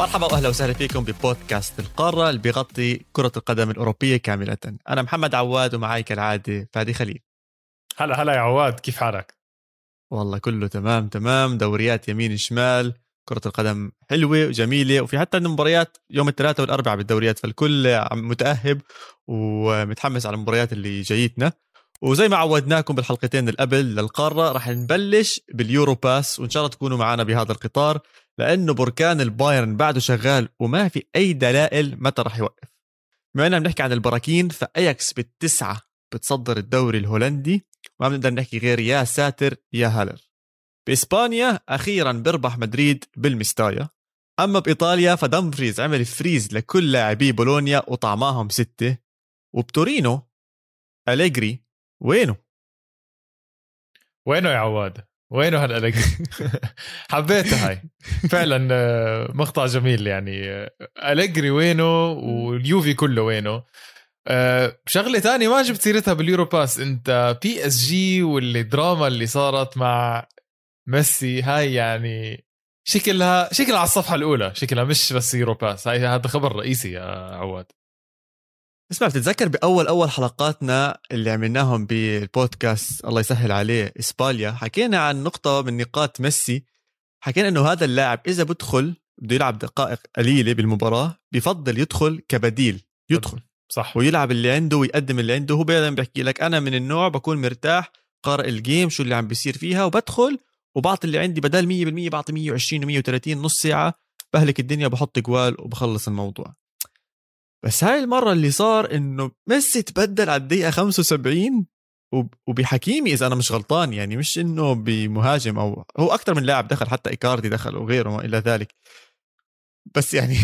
مرحبا واهلا وسهلا فيكم ببودكاست القارة اللي بيغطي كرة القدم الأوروبية كاملة. أنا محمد عواد ومعي كالعادة فادي خليل. هلا يا عواد، كيف حالك؟ والله كله تمام. دوريات يمين شمال، كرة القدم حلوة وجميلة، وفي حتى مباريات يوم الثلاثاء والأربعاء بالدوريات، فالكل متأهب ومتحمس على المباريات اللي جايتنا. وزي ما عودناكم بالحلقتين القبل للقارة رح نبلش باليورو باس، وإن شاء الله تكونوا معنا بهذا القطار، لأنه بركان البايرن بعده شغال وما في أي دلائل متى رح يوقف. بما أننا بنحكي عن البراكين، فأياكس بالتسعة بتصدر الدوري الهولندي، وما بنقدر نحكي غير يا ساتر يا هالر. بإسبانيا أخيرا بربح مدريد بالمستايا. أما بإيطاليا فدمفريز عمل فريز لكل لاعبي بولونيا وطعماهم 6. وبتورينو أليجري وينه يا عواد؟ وينه هالأليجري؟ حبيتها هاي فعلا، مقطع جميل يعني. أليجري وينه واليوفي كله وينه. شغلة تانية ما جبت سيرتها باليورو باس، انت بي اس جي واللي دراما اللي صارت مع ميسي هاي، يعني شكلها على الصفحة الأولى، شكلها مش بس يورو باس، هاي هذا خبر رئيسي يا عواد. اسمع، بتتذكر بأول حلقاتنا اللي عملناهم بالبودكاست الله يسهل عليه إسبانيا، حكينا عن نقطة من نقاط ميسي. حكينا أنه هذا اللاعب إذا بده يلعب دقائق قليلة بالمباراة بيفضل يدخل كبديل، يدخل صح ويلعب اللي عنده ويقدم اللي عنده. هو بيقدر بيحكي لك أنا من النوع بكون مرتاح قارئ الجيم شو اللي عم بيصير فيها، وبدخل وبعطي اللي عندي، بدل 100% بعطي 120 و130، نص ساعة بهلك الدنيا، بحط جوال وبخلص الموضوع. بس هاي المرة اللي صار إنه ميسي تبدل على الدقيقة 75 وبحكيمي إذا أنا مش غلطان، يعني مش إنه بمهاجم، أو هو أكتر من لاعب دخل، حتى إيكاردي دخل وغيره ما إلى ذلك. بس يعني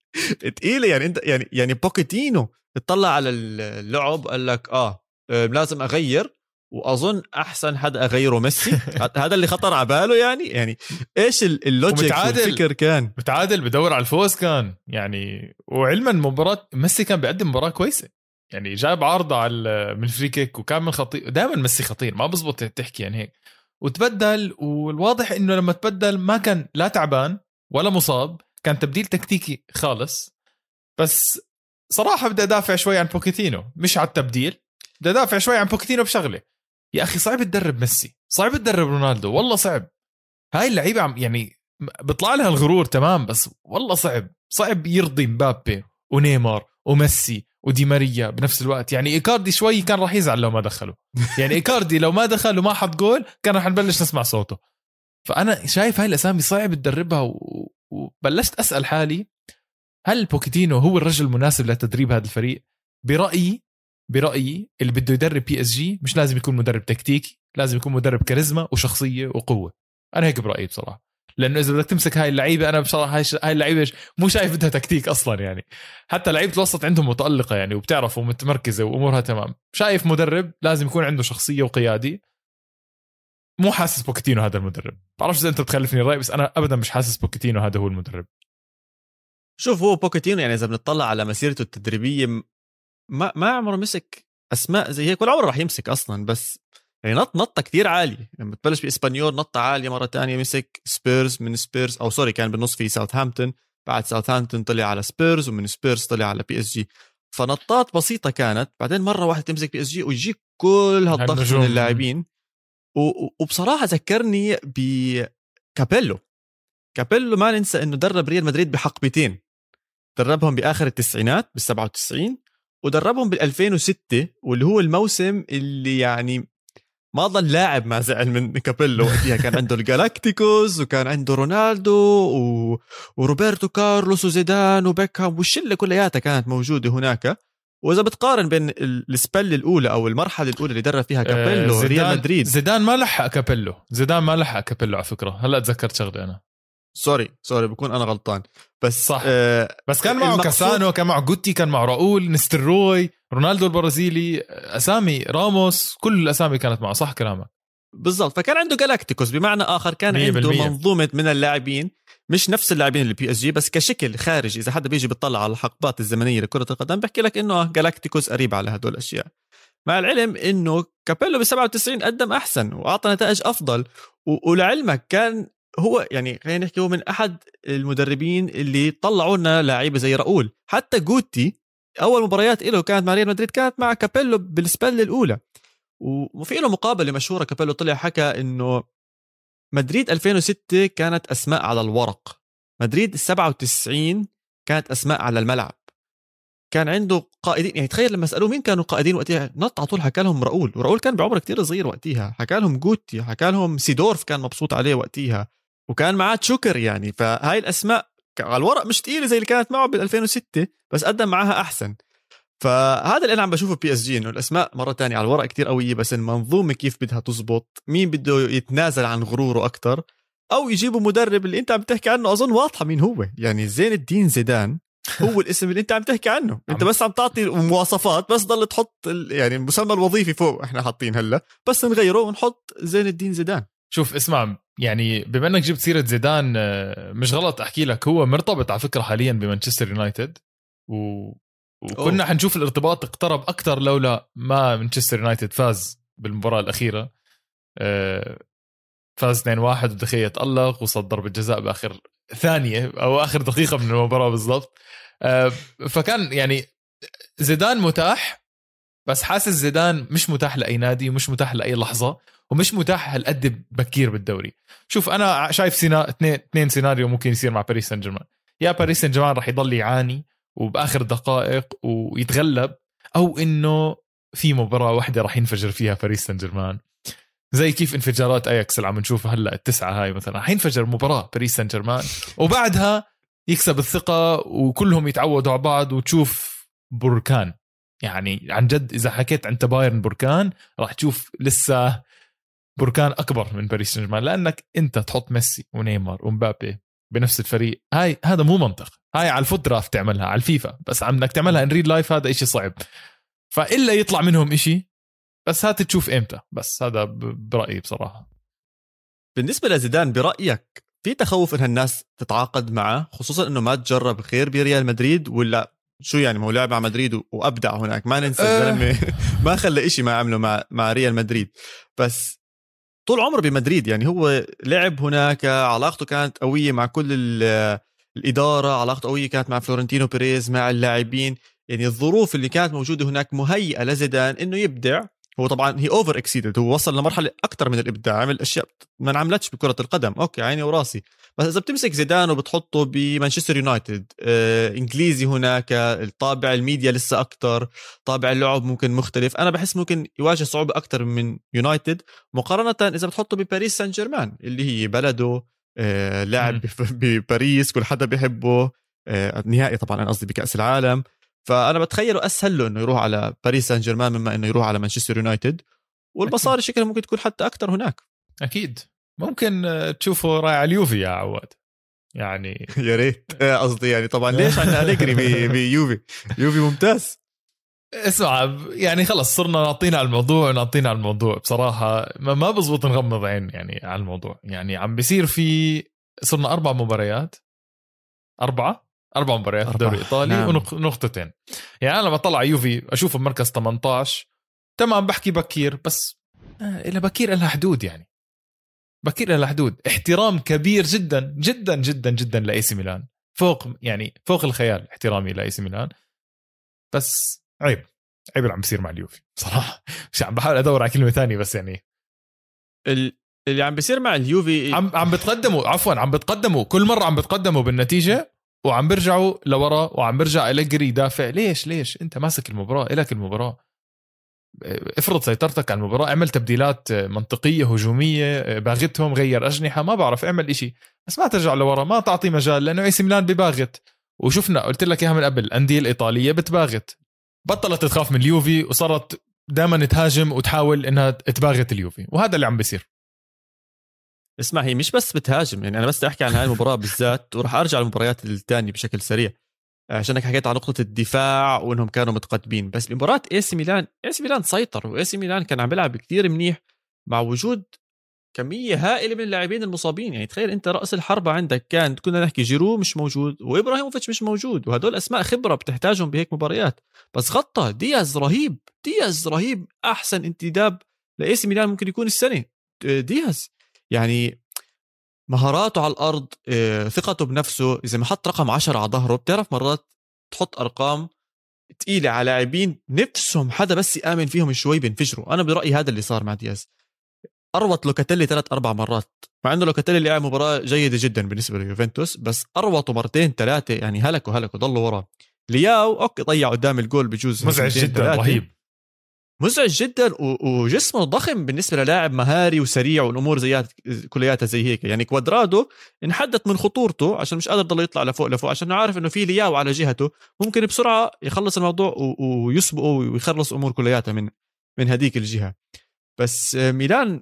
تقيلة يعني. أنت يعني بوكيتينو تطلع على اللعب قال لك لازم أغير، وأظن أحسن حد أغيره ميسي. هذا اللي خطر على باله يعني إيش اللوجيك والفكر كان متعادل بدور على الفوز كان يعني. وعلما مباراة ميسي كان بيقدم مباراة كويسة يعني، جاب عارضة على من فري كيك وكان من خطير. دائما ميسي خطير، ما بزبط تحكي يعني هيك. وتبدل، والواضح إنه لما تبدل ما كان لا تعبان ولا مصاب، كان تبديل تكتيكي خالص. بس صراحة بدي أدافع شوي عن بوكيتينو، مش على التبديل، بدي أدافع شوي عن بوكيتينو بشغلة. يا أخي صعب تدرب ميسي، صعب تدرب رونالدو، والله صعب. هاي اللعيبة يعني بيطلع لها الغرور تمام، بس والله صعب يرضي مبابي ونيمار وميسي ودي ماريا بنفس الوقت. يعني إيكاردي شوي كان راح يزعل لو ما دخله، يعني إيكاردي لو ما دخل وما حط جول كان راح نبلش نسمع صوته. فأنا شايف هاي الأسامي صعب تدربها، وبلشت أسأل حالي هل بوكيتينو هو الرجل المناسب لتدريب هذا الفريق؟ برأيي اللي بده يدرب بي اس جي مش لازم يكون مدرب تكتيكي، لازم يكون مدرب كاريزما وشخصية وقوة. أنا هيك برأيي بصراحة، لأنه إذا بدك تمسك هاي اللعيبة، أنا بصراحة هاي اللعيبة مو شايف بدها تكتيك أصلا يعني. حتى لعيبة الوسط عندهم متألقة يعني، وبتعرف ومتمركزة وأمورها تمام. شايف مدرب لازم يكون عنده شخصية وقيادي. مو حاسس بوكيتينو هذا المدرب. بعرفش إذا أنت بتخلفني الرأي، بس أنا أبدا مش حاسس بوكيتينو هذا هو المدرب. شوف، هو بوكيتينو يعني إذا بنطلع على مسيرته التدريبية ما عمره مسك أسماء زي هيك، ولا عمره راح يمسك أصلا. بس يعني نطة كتير عالية لما تبلش بإسبانيول، نطة عالية مرة تانية مسك سبيرز، من سبيرز أو سوري كان بالنص في ساوثهامبتون، بعد ساوثهامبتون طلع على سبيرز، ومن سبيرز طلع على بي اس جي. فنطات بسيطة كانت، بعدين مرة واحدة تمسك بي اس جي ويجيك كل هالضغط من اللاعبين. وبصراحة ذكرني بكابيلو. ما ننسى إنه درب ريال مدريد بحقبتين، دربهم بآخر التسعينات بال97، ودربهم بال2006، واللي هو الموسم اللي يعني ما ظل لاعب ما زعل من كابيلو وقتها. كان عنده الجالاكتيكوس، وكان عنده رونالدو وروبرتو كارلوس وزيدان وبيكهام، والشلة كلياتها كانت موجودة هناك. وإذا بتقارن بين السبل الأولى أو المرحلة الأولى اللي درب فيها كابيلو ريال مدريد، زيدان ما لحق كابيلو على فكرة. هلأ تذكرت شغلة أنا، سوري بكون أنا غلطان، بس صح. بس كان معه كاسانو، كان معه جوتي، كان معه راؤول، نستروي، رونالدو البرازيلي، أسامي راموس، كل الأسامي كانت معه. صح كلامك بالضبط. فكان عنده جالاكتيكوس، بمعنى آخر كان 100%. عنده منظومة من اللاعبين، مش نفس اللاعبين اللي بي اس جي، بس كشكل خارجي. إذا حدا بيجي بيطلع على الحقبات الزمنية لكرة القدم بحكي لك إنه جالاكتيكوس قريب على هدول الأشياء. مع العلم إنه كابيلو ب97 قدم أحسن وأعطى نتائج أفضل. ولعلمك كان هو يعني خلينا نحكي هو من احد المدربين اللي طلعوا لنا لاعيبه زي راؤول. حتى جوتي اول مباريات له كانت مع ريال مدريد كانت مع كابيلو بالسبل الاولى، وفي له مقابله مشهوره كابيلو طلع حكى انه مدريد 2006 كانت اسماء على الورق، مدريد 97 كانت اسماء على الملعب. كان عنده قائدين، يعني تخيل لما سالوه مين كانوا القائدين وقتها نط على طول حكى لهم راؤول، وراؤول كان بعمره كتير صغير وقتها، حكى لهم جوتي، حكى لهم سيدورف كان مبسوط عليه وقتها، وكان معاه تشوكر. يعني فهاي الاسماء على الورق مش تقيله زي اللي كانت معه بال 2006 بس قدم معاها احسن. فهذا اللي انا عم بشوفه بي اس جي، انه الاسماء مره تانية على الورق كتير قويه بس المنظومه كيف بدها تزبط، مين بده يتنازل عن غروره اكتر او يجيبوا مدرب اللي انت عم تحكي عنه. اظن واضحه مين هو، يعني زين الدين زيدان هو الاسم اللي انت عم تحكي عنه. انت بس عم تعطي مواصفات، بس ضل تحط يعني المسمى الوظيفي فوق احنا حاطين هلا، بس نغيره ونحط زين الدين زيدان. شوف اسمع، يعني بما انك جبت سيرة زيدان مش غلط احكي لك هو مرتبط على فكرة حاليا بمانشستر يونايتد وكنا حنشوف الارتباط اقترب اكتر لولا ما مانشستر يونايتد فاز بالمباراة الاخيرة. فاز 2-1 ودخية تألق وصد ضربة جزاء باخر ثانية او اخر دقيقة من المباراة بالضبط. فكان يعني زيدان متاح، بس حاسس زيدان مش متاح لأي نادي ومش متاح لأي لحظة ومش متاح هالقد بكير بالدوري. شوف أنا شايف اثنين سيناريو ممكن يصير مع باريس سان جيرمان. يا باريس سان جيرمان رح يضل يعاني وبآخر دقائق ويتغلب، أو إنه في مباراة واحدة رح ينفجر فيها باريس سان جيرمان، زي كيف انفجارات أياكس اللي عم نشوفها هلأ التسعة هاي مثلا، رح ينفجر مباراة باريس سان جيرمان وبعدها يكسب الثقة وكلهم يتعودوا على بعض وتشوف بركان. يعني عن جد إذا حكيت عن بايرن بركان راح تشوف لسه بركان أكبر من باريس سان جيرمان، لأنك أنت تحط ميسي ونيمار ومبابي بنفس الفريق. هذا مو منطق. هاي على الفوت درافت تعملها على الفيفا، بس عندك تعملها ان ريل لايف هذا إشي صعب. فإلا يطلع منهم إشي، بس هات تشوف إمتى. بس هذا برأيي بصراحة. بالنسبة لزيدان برأيك في تخوف إن الناس تتعاقد معه، خصوصا إنه ما تجرب خير بريال مدريد، ولا شو يعني؟ ما هو لعب مع مدريد وأبدع هناك، ما ننسى الزلمة ما خلى إشي ما عمله مع ريال مدريد، بس طول عمره بمدريد. يعني هو لعب هناك، علاقته كانت قوية مع كل الإدارة، علاقته قوية كانت مع فلورنتينو بيريز، مع اللاعبين. يعني الظروف اللي كانت موجودة هناك مهيئة لزيدان إنه يبدع. هو طبعا هي اوفر اكسيدد، هو وصل لمرحله اكثر من الابداع، عمل اشياء ما انعملتش بكره القدم. اوكي عيني وراسي، بس اذا بتمسك زيدان وبتحطه بمانشستر يونايتد، انجليزي هناك، الطابع الميديا لسه اكثر، طابع اللعب ممكن مختلف. انا بحس ممكن يواجه صعوبه اكثر من يونايتد مقارنه اذا بتحطه بباريس سان جيرمان اللي هي بلده، لاعب بباريس كل حدا بيحبه، نهائي طبعا انا قصدي بكأس العالم. فانا بتخيله اسهل له انه يروح على باريس سان جيرمان مما انه يروح على مانشستر يونايتد، والمصاري شكلها ممكن تكون حتى اكثر هناك. اكيد ممكن تشوفه رايح على اليوفي يا عواد يعني. يا ريت، قصدي يعني طبعا ليش عندنا أليجري بيوفي؟ يوفي ممتاز. اسمع يعني خلص صرنا نعطينا على الموضوع بصراحة ما بزبط نغمض عين يعني على الموضوع. يعني عم بيصير في صرنا 4 مباريات في الدوري الإيطالي، نعم. ونقطتين. يعني أنا بطلع يوفي أشوفه بمركز 18 تمام، بحكي بكير، بس إلى بكير لها حدود. يعني بكير لها حدود. احترام كبير جدا جدا جدا جدا لإيسي ميلان، فوق الخيال احترامي لإيسي ميلان، بس عيب اللي عم بيصير مع اليوفي بصراحة. مش عم بحاول أدور على كلمة ثانية، بس يعني اللي عم بيصير مع اليوفي عم بتقدموا كل مرة، عم بتقدموا بالنتيجة وعم برجعوا لورا، وعم برجع أليجري يدافع. ليش انت ماسك المباراة؟ إلك المباراة، افرض سيطرتك على المباراة، اعمل تبديلات منطقية هجومية، باغتهم غير أجنحة، ما بعرف، اعمل إشي، بس ما ترجع لورا، ما تعطي مجال، لأنه إيسي ميلان بباغت. وشفنا قلت لك إياها من قبل، الأندية الإيطالية بتباغت، بطلت تخاف من اليوفي وصارت دائما تهاجم وتحاول إنها تباغت اليوفي، وهذا اللي عم بيصير. اسمع، هي مش بس بتهاجم، يعني أنا بس أحكي عن هاي المباراة بالذات ورح أرجع للمباريات الثانية بشكل سريع، عشانك حكيت عن نقطة الدفاع وإنهم كانوا متقدمين. بس بمباراة إيسي ميلان سيطر، وإيسي ميلان كان عم بيلعب كتير منيح مع وجود كمية هائلة من اللاعبين المصابين. يعني تخيل أنت رأس الحربة عندك كنا نحكي جيرو مش موجود، وإبراهيموفيتش مش موجود، وهدول أسماء خبرة بتحتاجهم بهيك مباريات، بس غطى دياز رهيب، أحسن انتداب لإيسي ميلان ممكن يكون السنة دياز. يعني مهاراته على الأرض، ثقته بنفسه. إذا ما حط رقم 10 على ظهره، بتعرف مرات تحط أرقام تقيلة على لاعبين نفسهم حدا بس يآمن فيهم شوي بينفجروا. أنا برأيي هذا اللي صار مع دياز. أروط لوكاتيلي 3-4 مرات، مع أنه لوكاتيلي لعب مباراة جيدة جدا بالنسبة ليوفنتوس، بس أروطوا مرتين ثلاثة يعني هلكوا ضلوا ورا. لياو أوكي ضيع قدام الجول بجوز، مزعج جدا، رهيب، مزعج جدا، وجسمه ضخم بالنسبة للاعب مهاري وسريع والأمور زيات كلياتها زي هيك. يعني كوادرادو انحدت من خطورته عشان مش قادر ضل يطلع لفوق عشان عارف إنه في لياو على جهته ممكن بسرعة يخلص الموضوع ويسبقه ويخلص أمور كلياتها من هديك الجهة. بس ميلان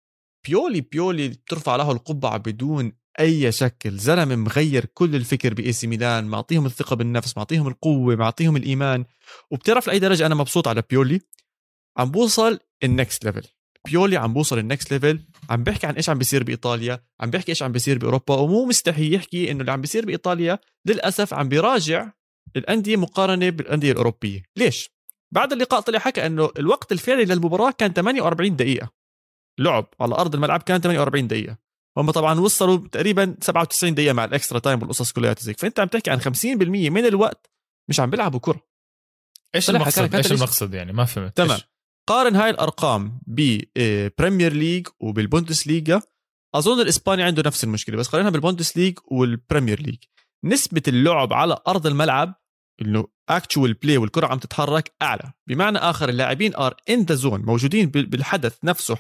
بيولي بترفع له القبعة بدون أي شكل. زلمة مغير كل الفكر بإيسي ميلان، معطيهم الثقة بالنفس، معطيهم القوة، معطيهم الإيمان. وبتعرف لأي درجة أنا مبسوط على بيولي؟ عم بوصل النكست ليفل. بيولي عم بوصل النكست ليفل، عم بيحكي عن إيش عم بيصير بإيطاليا، عم بيحكي إيش عم بيصير بأوروبا، ومو مستحي يحكي إنه اللي عم بيصير بإيطاليا للأسف عم بيراجع الأندية مقارنة بالأندية الأوروبية. ليش؟ بعد اللقاء طلع حكى إنه الوقت الفعلي للمباراة كان 48 دقيقة لعب على أرض الملعب، كان 48 دقيقة. هم طبعا وصلوا تقريبا 97 دقيقة مع الإكسترا تايم والقصص كلها زيك. فأنت عم تحكي عن 50% من الوقت مش عم بيلعبوا كرة. إيش المقصد يعني ما فهمت. تمام. قارن هاي الأرقام ببريمير ليج وبالبوندس ليغا. أظن الإسباني عنده نفس المشكلة، بس قارنها بالبوندس ليج والبريمير ليج. نسبة اللعب على أرض الملعب، إنه actual play والكرة عم تتحرك أعلى، بمعنى آخر اللاعبين are in the zone، موجودين بالحدث نفسه،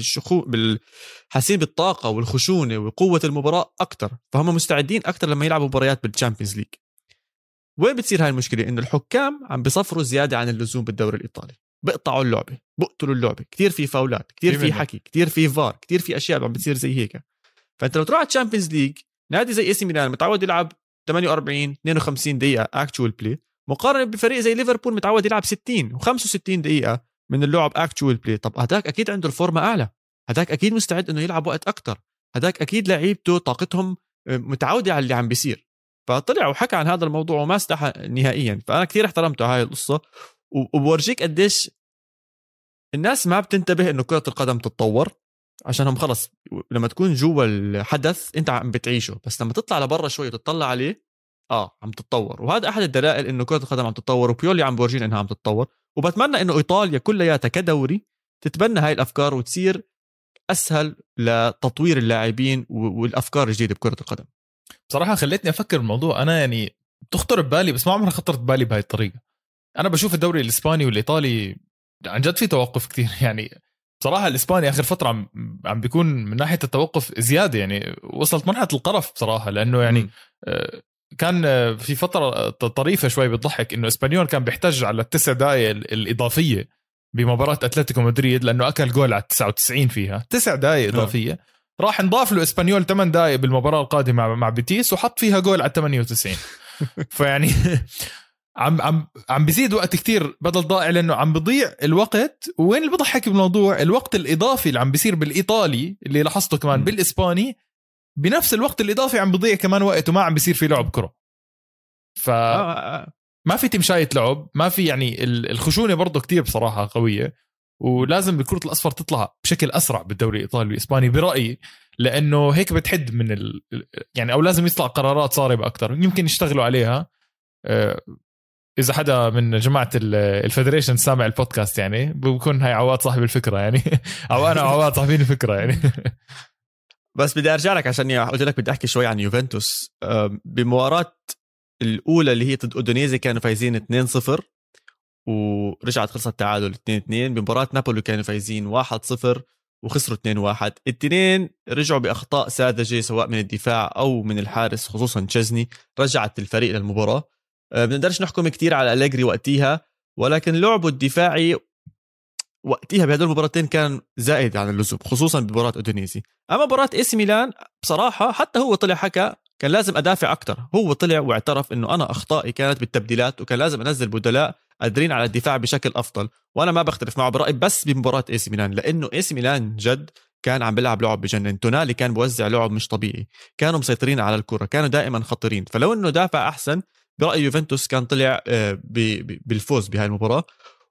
حاسين بالطاقة والخشونة وقوة المباراة أكتر، فهم مستعدين أكتر لما يلعبوا مباريات بالتشامبيونز ليج. وين بتصير هاي المشكلة؟ إنه الحكام عم بيصفروا زيادة عن اللزوم بالدوري الإيطالي، بقطعوا اللعبة، بقتلوا اللعبة، كتير في فاولات، كتير في حكي، كتير في فار، كتير في أشياء عم بتصير زي هيك. فأنت لو تروح على الشامبيونز ليج، نادي زي إيسي ميلان متعود يلعب 48-52 دقيقة actual play، مقارنة بفريق زي ليفربول متعود يلعب 60 و65 دقيقة من اللعب actual play. طب هداك أكيد عنده الفورمة أعلى، هداك أكيد مستعد إنه يلعب وقت أكتر، هداك أكيد لعيبته طاقتهم متعودة على اللي عم بيصير. فطلع وحكى عن هذا الموضوع وما استحى نهائيا. فأنا كثير احترمته هاي القصة، وبورجيك قديش الناس ما بتنتبه إنه كرة القدم تتطور، عشانهم خلص لما تكون جوا الحدث انت عم بتعيشه، بس لما تطلع لبرا شوي وتطلع عليه عم تتطور. وهذا احد الدلائل انه كرة القدم عم تتطور، وبيولي عم بورجينا انها عم تتطور. وبتمنى انه ايطاليا كلياتها كدوري تتبنى هاي الافكار وتصير اسهل لتطوير اللاعبين والافكار الجديده بكرة القدم. بصراحة خليتني افكر بالموضوع. انا يعني تخطر ببالي بس ما عمرها خطرت ببالي بهاي الطريقة. انا بشوف الدوري الاسباني والايطالي عن جد في توقف كتير. يعني بصراحة الإسباني آخر فترة عم بيكون من ناحية التوقف زيادة، يعني وصلت مرحلة القرف بصراحة. لأنه يعني كان في فترة طريفة شوي بتضحك إنه إسبانيول كان بيحتاج على 9 دقائق الإضافية بمباراة أتلتيكو مدريد، لأنه أكل جول على 99 فيها 9 دقائق إضافية. راح نضاف له إسبانيول 8 دقائق بالمباراة القادمة مع بيتيس وحط فيها جول على 98. فيعني عم بيزيد وقت كتير بدل ضائع، لأنه عم بضيع الوقت. وين اللي بضحك بالموضوع؟ الوقت الإضافي اللي عم بيصير بالإيطالي اللي لاحظته كمان بالإسباني، بنفس الوقت الإضافي عم بضيع كمان وقت وما عم بيصير في لعب كرة. ما في تمشاية لعب، ما في يعني الخشونة برضو كتير بصراحة قوية. ولازم الكرة الأصفر تطلع بشكل أسرع بالدوري الإيطالي والإسباني برأيي، لأنه هيك بتحد من يعني أو لازم يطلع قرارات صارمة أكتر، يمكن يشتغلوا عليها. إذا حدا من جماعة الفيدريشن سامع البودكاست يعني بكون هاي عواد صاحب الفكرة يعني أو أنا عواد صاحبين الفكرة يعني. بس بدي أرجع لك عشان قلت لك بدي أحكي شوي عن يوفنتوس. بمباراة الأولى اللي هي ضد أودونيزي كانوا فايزين 2-0 ورجعت خلصت تعادل 2-2. بمباراة نابولي كانوا فايزين 1-0 وخسروا 2-1. التنين رجعوا بأخطاء ساذجة سواء من الدفاع أو من الحارس، خصوصا تشيزني رجعت الفريق للمباراة. بنقدرش نحكم كتير على أليجري وقتها، ولكن لعبه الدفاعي وقتها بهذول المباراتين كان زائد عن اللزوم، خصوصا بمباراة أودونيزي. أما مباراة إيسي ميلان بصراحة حتى هو طلع حكى كان لازم أدافع أكتر. هو طلع واعترف إنه أنا أخطائي كانت بالتبديلات وكان لازم أنزل بدلاء قادرين على الدفاع بشكل أفضل. وأنا ما بختلف معه برأيي بس بمباراة إيسي ميلان، لأنه إيسي ميلان جد كان عم بيلعب لعب بجنن. تونالي كان بوزع لعب مش طبيعي، كانوا مسيطرين على الكرة، كانوا دائما خطرين. فلو إنه دافع أحسن برأيي يوفنتوس كان طلع بالفوز بهاي المباراة.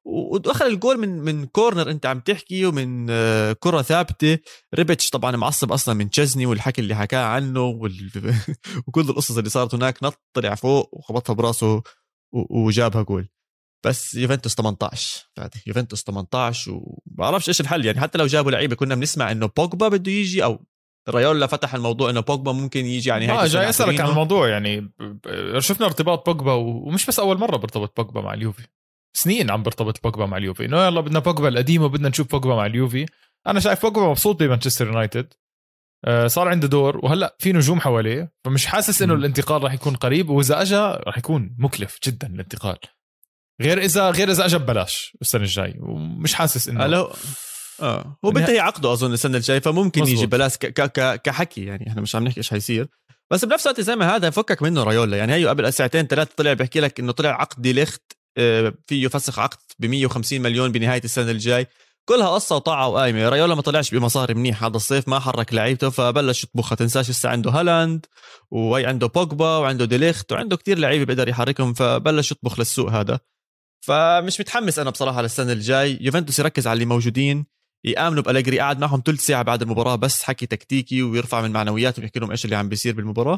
ودخل الجول من كورنر انت عم تحكي، ومن كرة ثابتة. ريبيتش طبعا معصب اصلا من تشيزني والحكي اللي حكاه عنه وكل القصص اللي صارت هناك، نط طلع فوق وخبطها براسه وجابها جول. بس يوفنتوس 18 فادي، يوفنتوس 18 وبعرفش ايش الحل يعني. حتى لو جابوا لعيبه كنا بنسمع انه بوجبا بده يجي، او رايولا فتح الموضوع انه بوجبا ممكن يجي يعني. هاي جاي اسالك عن الموضوع يعني. شفنا ارتباط بوجبا ومش بس اول مره برتبط بوجبا مع اليوفي، سنين عم برتبط بوجبا مع اليوفي، انه يلا بدنا بوجبا القديم وبدنا نشوف بوجبا مع اليوفي. انا شايف بوجبا مبسوط بمانشستر يونايتد، صار عنده دور وهلا في نجوم حواليه، فمش حاسس انه الانتقال راح يكون قريب، واذا اجى راح يكون مكلف جدا الانتقال، غير اذا اجى ببلاش السنه الجاي، ومش حاسس انه هو بده عقده اظن السنه الجايه، فممكن مزبوط. يجي بلاش كحكي يعني. احنا مش عم نحكي ايش حيصير، بس بنفس الوقت زي ما هذا فكك منه رايولا يعني. هي قبل ساعتين ثلاثه طلع بيحكي لك انه طلع عقد دي ليخت فيه فسخ عقد ب150 مليون بنهايه السنه الجاي. كلها قصه وطاعه وقايمه. رايولا ما طلعش بمصاري منيح هذا الصيف، ما حرك لعيبته، فبلش يطبخها. تنساش لسه عنده هالاند وهي عنده بوجبا وعنده دي ليخت وعنده كتير لعيبه بيقدر يحركهم، فبلش يطبخ للسوق هذا. فمش متحمس انا بصراحه للسنه الجاي. يوفنتوس يركز على اللي موجودين، يآمنوا بأليجري. قاعد معهم ثلث ساعه بعد المباراه بس حكي تكتيكي ويرفع من معنوياتهم، يحكي لهم ايش اللي عم بيصير بالمباراه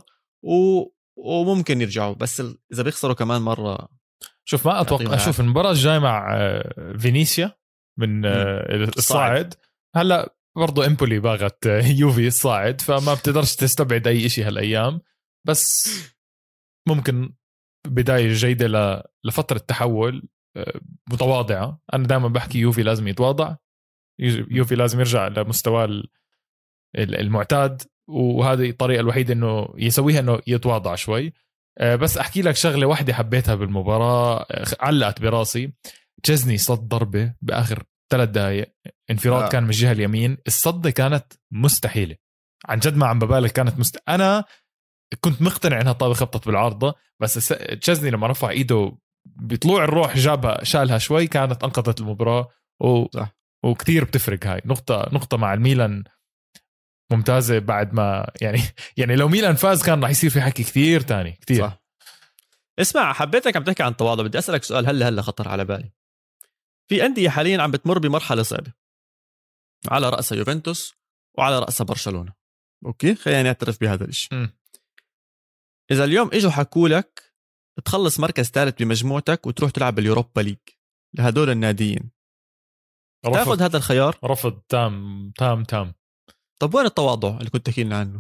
وممكن يرجعوا. بس اذا بيخسروا كمان مره، شوف ما اتوقع اشوف المباراه الجايه مع فينيسيا من الصاعد. هلا برضو امبولي باغت يوفي الصاعد، فما بتقدرش تستبعد اي شيء هالايام، بس ممكن بدايه جيده لفتره تحول متواضعه. انا دائما بحكي يوفي لازم يتواضع، يوفي لازم يرجع لمستوى المعتاد، وهذه الطريقه الوحيده انه يسويها انه يتواضع شوي. بس احكي لك شغله واحده حبيتها بالمباراه علقت براسي. تشيزني صد ضربه باخر 3 دقائق، انفراد كان من الجهه اليمين، الصده كانت مستحيله عن جد، ما عم ببالغ، كانت انا كنت مقتنع انها طابه خبطت بالعارضه، بس تشيزني لما رفع ايده بطلوع الروح جابها شالها شوي، كانت انقذت المباراه. وكتير بتفرق هاي نقطه مع الميلان ممتازه. بعد ما يعني لو ميلان فاز كان راح يصير في حكي كتير تاني كتير. صح. اسمع، حبيتك عم تحكي عن التواضع، بدي أسألك سؤال هلا خطر على بالي. في أندية حاليا عم بتمر بمرحلة صعبة، على رأسها يوفنتوس وعلى رأسها برشلونة. أوكي، خلينا نعترف بهذا الشيء. إذا اليوم إجوا حكوا لك تخلص مركز ثالث بمجموعتك وتروح تلعب باليوروبا ليج لهدول الناديين، تاخذ هذا الخيار؟ رفض تام. طب وين التواضع اللي كنت تحكي لنا عنه؟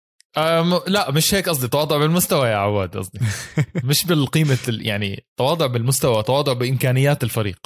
لا مش هيك قصدي، تواضع بالمستوى يا عواد قصدي مش بالقيمة يعني تواضع بالمستوى، تواضع بإمكانيات الفريق.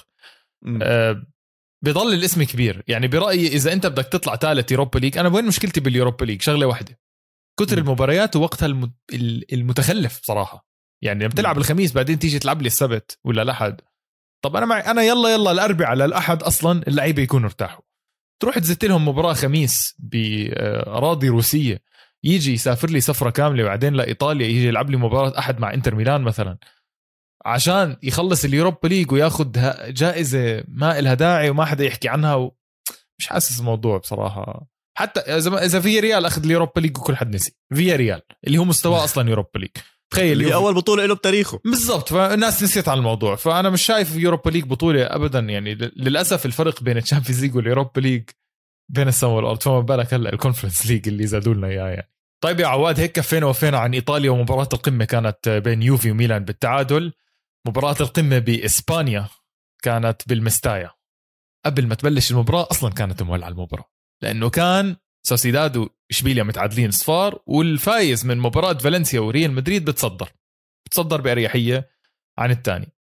بيضل الاسم كبير يعني برأيي. إذا أنت بدك تطلع ثالث يوروبا ليج، أنا وين مشكلتي باليوروبا ليج؟ شغلة واحدة، كتر المباريات ووقتها المتخلف بصراحة. يعني لما تلعب الخميس بعدين تيجي تلعب لي السبت ولا الأحد، طب أنا يلا الأربعاء على الأحد أصلا اللعيبة يكونوا ارتاحوا، تروح تزت لهم مباراة خميس بأراضي روسية، يجي يسافر لي سفرة كاملة وبعدين لإيطاليا يجي يلعب لي مباراة أحد مع إنتر ميلان مثلا عشان يخلص اليوروبا ليج وياخد جائزة ما إلها داعي وما حدا يحكي عنها. مش حاسس الموضوع بصراحة. حتى إذا في ريال أخذ اليوروبا ليج وكل حد نسي في ريال اللي هو مستوى أصلا يوروبا ليج، تخيل اللي أول بطولة له بتاريخه بالضبط، فالناس نسيت عن الموضوع. فأنا مش شايف يوروبا ليج بطولة أبدا يعني. للأسف الفرق بين الشامبيونز ليج واليوروبا ليج بين السماء والأرض، فما بالك هلا الكونفرنس ليج اللي زادوا لنا إياه يعني. طيب يا عواد، هيك كفينا وفينا عن إيطاليا، ومباراة القمة كانت بين يوفي وميلان بالتعادل. مباراة القمة بإسبانيا كانت بالمستايا. قبل ما تبلش المباراة أصلا كانت مولعة المباراة، لأنه كان سوسيداد وإشبيليا متعادلين صفار، والفايز من مباراة فالنسيا وريال مدريد بتصدر بأريحية عن الثاني.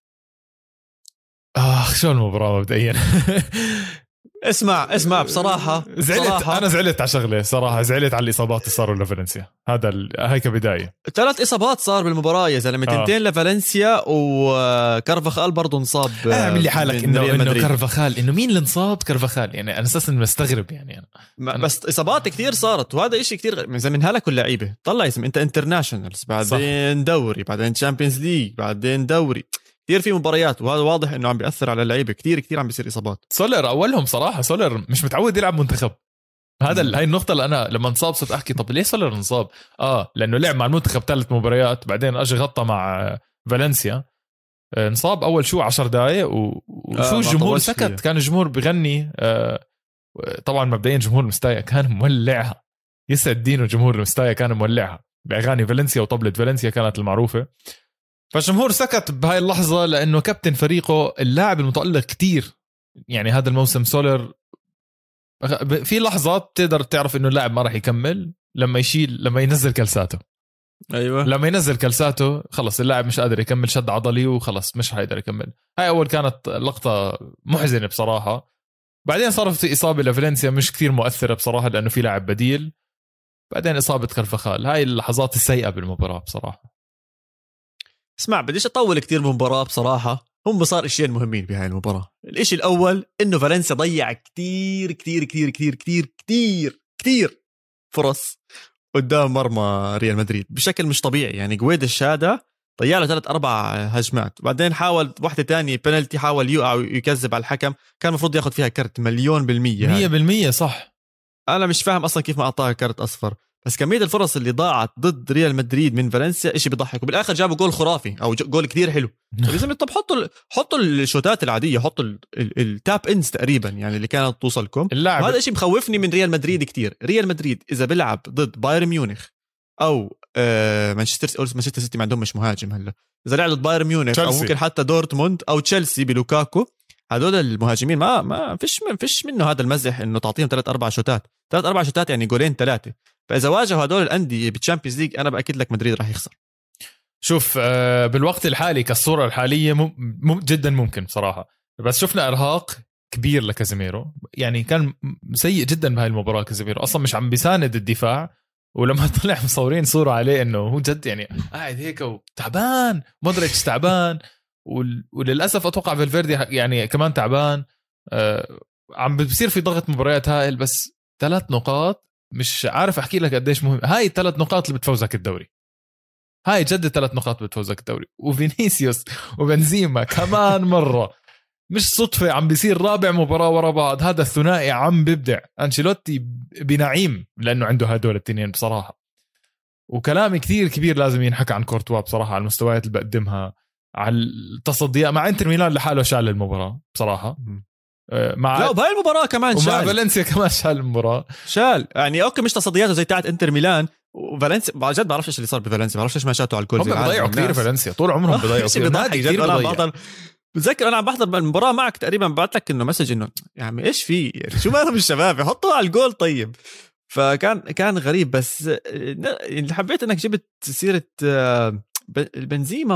شو المباراة مبدئيا اسمع بصراحة أنا زعلت على شغلة صراحة، زعلت على الإصابات اللي صاروا لفالنسيا. هاي كبداية 3 إصابات صار بالمباراة يا زلمة. 2 لفالنسيا، وكارفاخال برضو انصاب. اعمل لي حالك إنه كارفاخال، إنه مين اللي انصاب؟ كارفاخال يعني. أنا أساسا مستغرب يعني أنا. بس إصابات كتير صارت، وهذا إشي كتير من هلك اللعيبة. طلع اسم أنت انترناشنالز، بعدين دوري، بعدين تشامبيونز ليج، بعدين دوري، كتير في مباريات، وهذا واضح انه عم بيأثر على اللعيبه. كتير عم بيصير اصابات. سولر اولهم صراحه، سولر مش متعود يلعب منتخب. هاي النقطه اللي انا لما انصاب صرت احكي طب ليه سولر انصاب؟ لانه لعب مع المنتخب 3 مباريات، بعدين اجى غطى مع فالنسيا، انصاب اول 10 دقائق وشو الجمهور سكت. كان الجمهور بغني طبعا مبدئيا جمهور مستايا كان مولعها، يسعد دينه جمهور مستايا كان مولعها باغاني فالنسيا وطبلة فالنسيا كانت المعروفه. فالجمهور سكت بهاي اللحظه لانه كابتن فريقه اللاعب المتألق كتير، يعني هذا الموسم سولر في لحظات تقدر تعرف انه اللاعب ما راح يكمل لما ينزل كلساته. ايوه لما ينزل كلساته خلص اللاعب مش قادر يكمل، شد عضلي وخلص مش حيقدر يكمل. هاي اول كانت لقطه محزنه بصراحه. بعدين صارت في اصابه لفالنسيا مش كثير مؤثره بصراحه لانه في لاعب بديل. بعدين اصابه كرفخال. هاي اللحظات السيئه بالمباراه بصراحه. اسمع بديش اطول كتير بالمباراه بصراحه، هم صار اشياء مهمين بهاي المباراه. الاشي الاول انه فالنسيا ضيع كتير كتير كتير كتير كتير كتير كتير فرص قدام مرمى ريال مدريد بشكل مش طبيعي. يعني قويد الشادة ضيع له 3-4 هجمات، وبعدين حاول واحدة تانية بنالتي حاول يقع ويكذب على الحكم، كان المفروض ياخد فيها كرت 100%. صح. أنا مش فاهم أصلا كيف ما أعطاها كرت أصفر، بس كمية الفرص اللي ضاعت ضد ريال مدريد من فالنسيا إشي بيضحك. وبالآخر جابوا جول خرافي أو جول كتير حلو. طب حطوا الشوتات العادية، حطوا التاب إنز تقريبا يعني اللي كانت توصلكم. وهذا إشي مخوفني من ريال مدريد كتير. ريال مدريد إذا بيلعب ضد بايرن ميونخ أو مانشستر سيتي ما عندهم مش مهاجم هلا، إذا لعب ضد بايرن ميونخ أو ممكن حتى دورتموند أو تشيلسي بلوكاكو، هذول المهاجمين ما فيش منه هذا المزح إنه تعطيهم 3-4 شوتات. 3-4 شوتات يعني جولين 3. فإذا واجهوا هدول الأندية بالتشامبيونز ليج أنا بأكد لك مدريد راح يخسر. شوف بالوقت الحالي كالصورة الحالية جدا ممكن بصراحة، بس شفنا إرهاق كبير لكازيميرو. يعني كان سيء جدا بهاي المباراة. كازيميرو أصلا مش عم بيساند الدفاع، ولما طلع مصورين صورة عليه إنه هو جد يعني قاعد هيك وتعبان، مودريتش تعبان، وللأسف أتوقع فالفيردي يعني كمان تعبان. عم بصير في ضغط مباريات هائل، بس 3 نقاط مش عارف أحكي لك قديش مهم. هاي 3 نقاط اللي بتفوزك الدوري. هاي جد 3 نقاط بتفوزك الدوري. وفينيسيوس وبنزيما كمان مرة مش صدفة عم بيصير رابع مباراة ورا بعض. هذا الثنائي عم بيبدع. أنشيلوتي بنعيم لأنه عنده هدول التنين بصراحة. وكلامي كثير كبير لازم ينحكى عن كورتوا بصراحة على المستويات اللي بقدمها، على التصديات مع انتر ميلان لحاله شال المباراة بصراحة. لا بهاي المباراة كمان شال، ومع فالنسيا كمان شال المباراة. شال يعني اوكي مش تصدياته زي تاعت انتر ميلان وفالنسيا. جد بعرفش ايش اللي صار بفالنسيا، بعرفش ايش ما شاتوا على الكل. هم بيضيعوا كثير فالنسيا طول عمرهم بيضيعوا كثير. انا بتذكر انا عم بحضر المباراة معك تقريبا بعت لك انه مسج انه يا عمي ايش في يعني شو مالهم الشباب يحطوا على الجول. طيب فكان غريب. بس اللي حبيت انك جبت سيرة بنزيما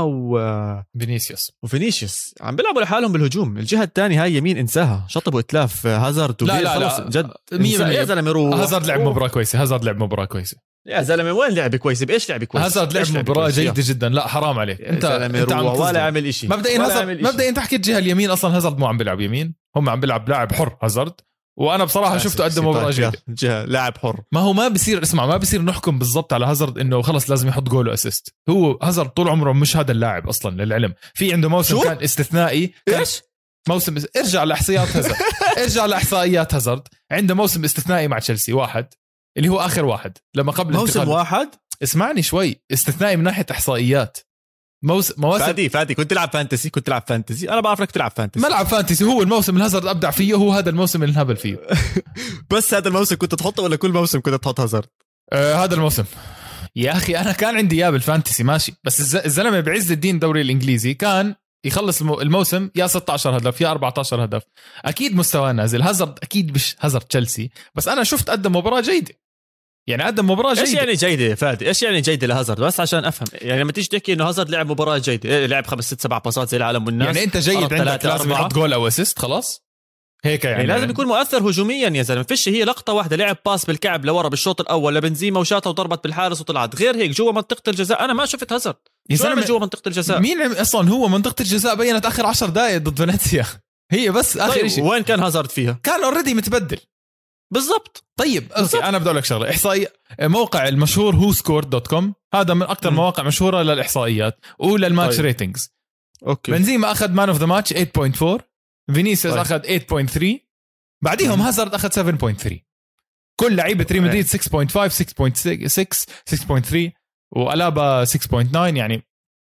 وفينيسيوس عم بيلعبوا لحالهم بالهجوم. الجهة الثانية هاي يمين انساها، شطبوا اتلاف هازارد. لا جد 100% يا زلمه هازارد لعب مباراة كويسة. يا زلمه وين لعب كويس؟ بايش لعب كويس؟ هازارد لعب مباراة جيدة جدا. لا حرام عليك انت ولا عامل شيء. مبدئيا انت حكيت جهة اليمين، اصلا هازارد مو عم بيلعب يمين، هم عم بيلعب لاعب حر هازارد. وانا بصراحه شفته قدم مباراه جيده. لاعب حر. ما هو ما بصير نحكم بالضبط على هازارد انه خلص لازم يحط جول واسيست. هو هازارد طول عمره مش هذا اللاعب اصلا. للعلم في عنده موسم كان استثنائي. ايش موسم ارجع لاحصائيات هازارد. ارجع لاحصائيات هازارد. عنده موسم استثنائي مع تشيلسي واحد اللي هو اخر واحد لما قبل موسم واحد. اسمعني شوي، استثنائي من ناحيه احصائيات. مواسم فادي كنت تلعب فانتسي. انا بعرف انك تلعب فانتسي. ملعب فانتسي هو الموسم اللي هازارد ابدع فيه، هو هذا الموسم اللي انهبل فيه. بس هذا الموسم كنت تحطه ولا كل موسم كنت تحط هازارد؟ هذا الموسم يا اخي انا كان عندي اياه بالفانتسي ماشي، بس الزلمه بعز الدين الدوري الانجليزي كان يخلص الموسم يا 16 هدف يا 14 هدف. اكيد مستواه نازل. هازارد اكيد مش هازارد تشيلسي، بس انا شفت قدم مباراه جيده. يعني قدم مباراة جيدة. ايش يعني جيدة فادي؟ ايش يعني جيدة لهازارد؟ بس عشان افهم يعني لما تيجي تحكي انه هازارد لعب مباراة جيدة، لعب 5-6-7 باصات زي العالم والناس، يعني انت جيد عندك لازم يحط جول او اسيست خلاص هيك يعني لازم يكون مؤثر هجوميا يا زلمه. فيش هي لقطة واحدة لعب باس بالكعب لورا بالشوط الاول لبنزيما وشاطها وضربت بالحارس وطلعت. غير هيك جوا منطقة الجزاء انا ما شفت هازارد يعمل جوا منطقة الجزاء. مين اصلا هو منطقة الجزاء بينت اخر 10 دقائق ضد فالنسيا هي بس اخر طيب شيء. وين كان هازارد فيها؟ كان اوريدي متبدل بالضبط. طيب اوكي انا بدي اقول لك شغله. احصائيه موقع المشهور whoscored.com هذا من اكثر مواقع مشهوره للاحصائيات وللماتش طيب. ريتنجز. اوكي بنزيما اخذ مان اوف ذا ماتش 8.4، فينيسيوس اخذ 8.3، بعديهم هازارد اخذ 7.3. كل لعيبه ريال مدريد 6.5 6.6 6.3 والالابا 6.9. يعني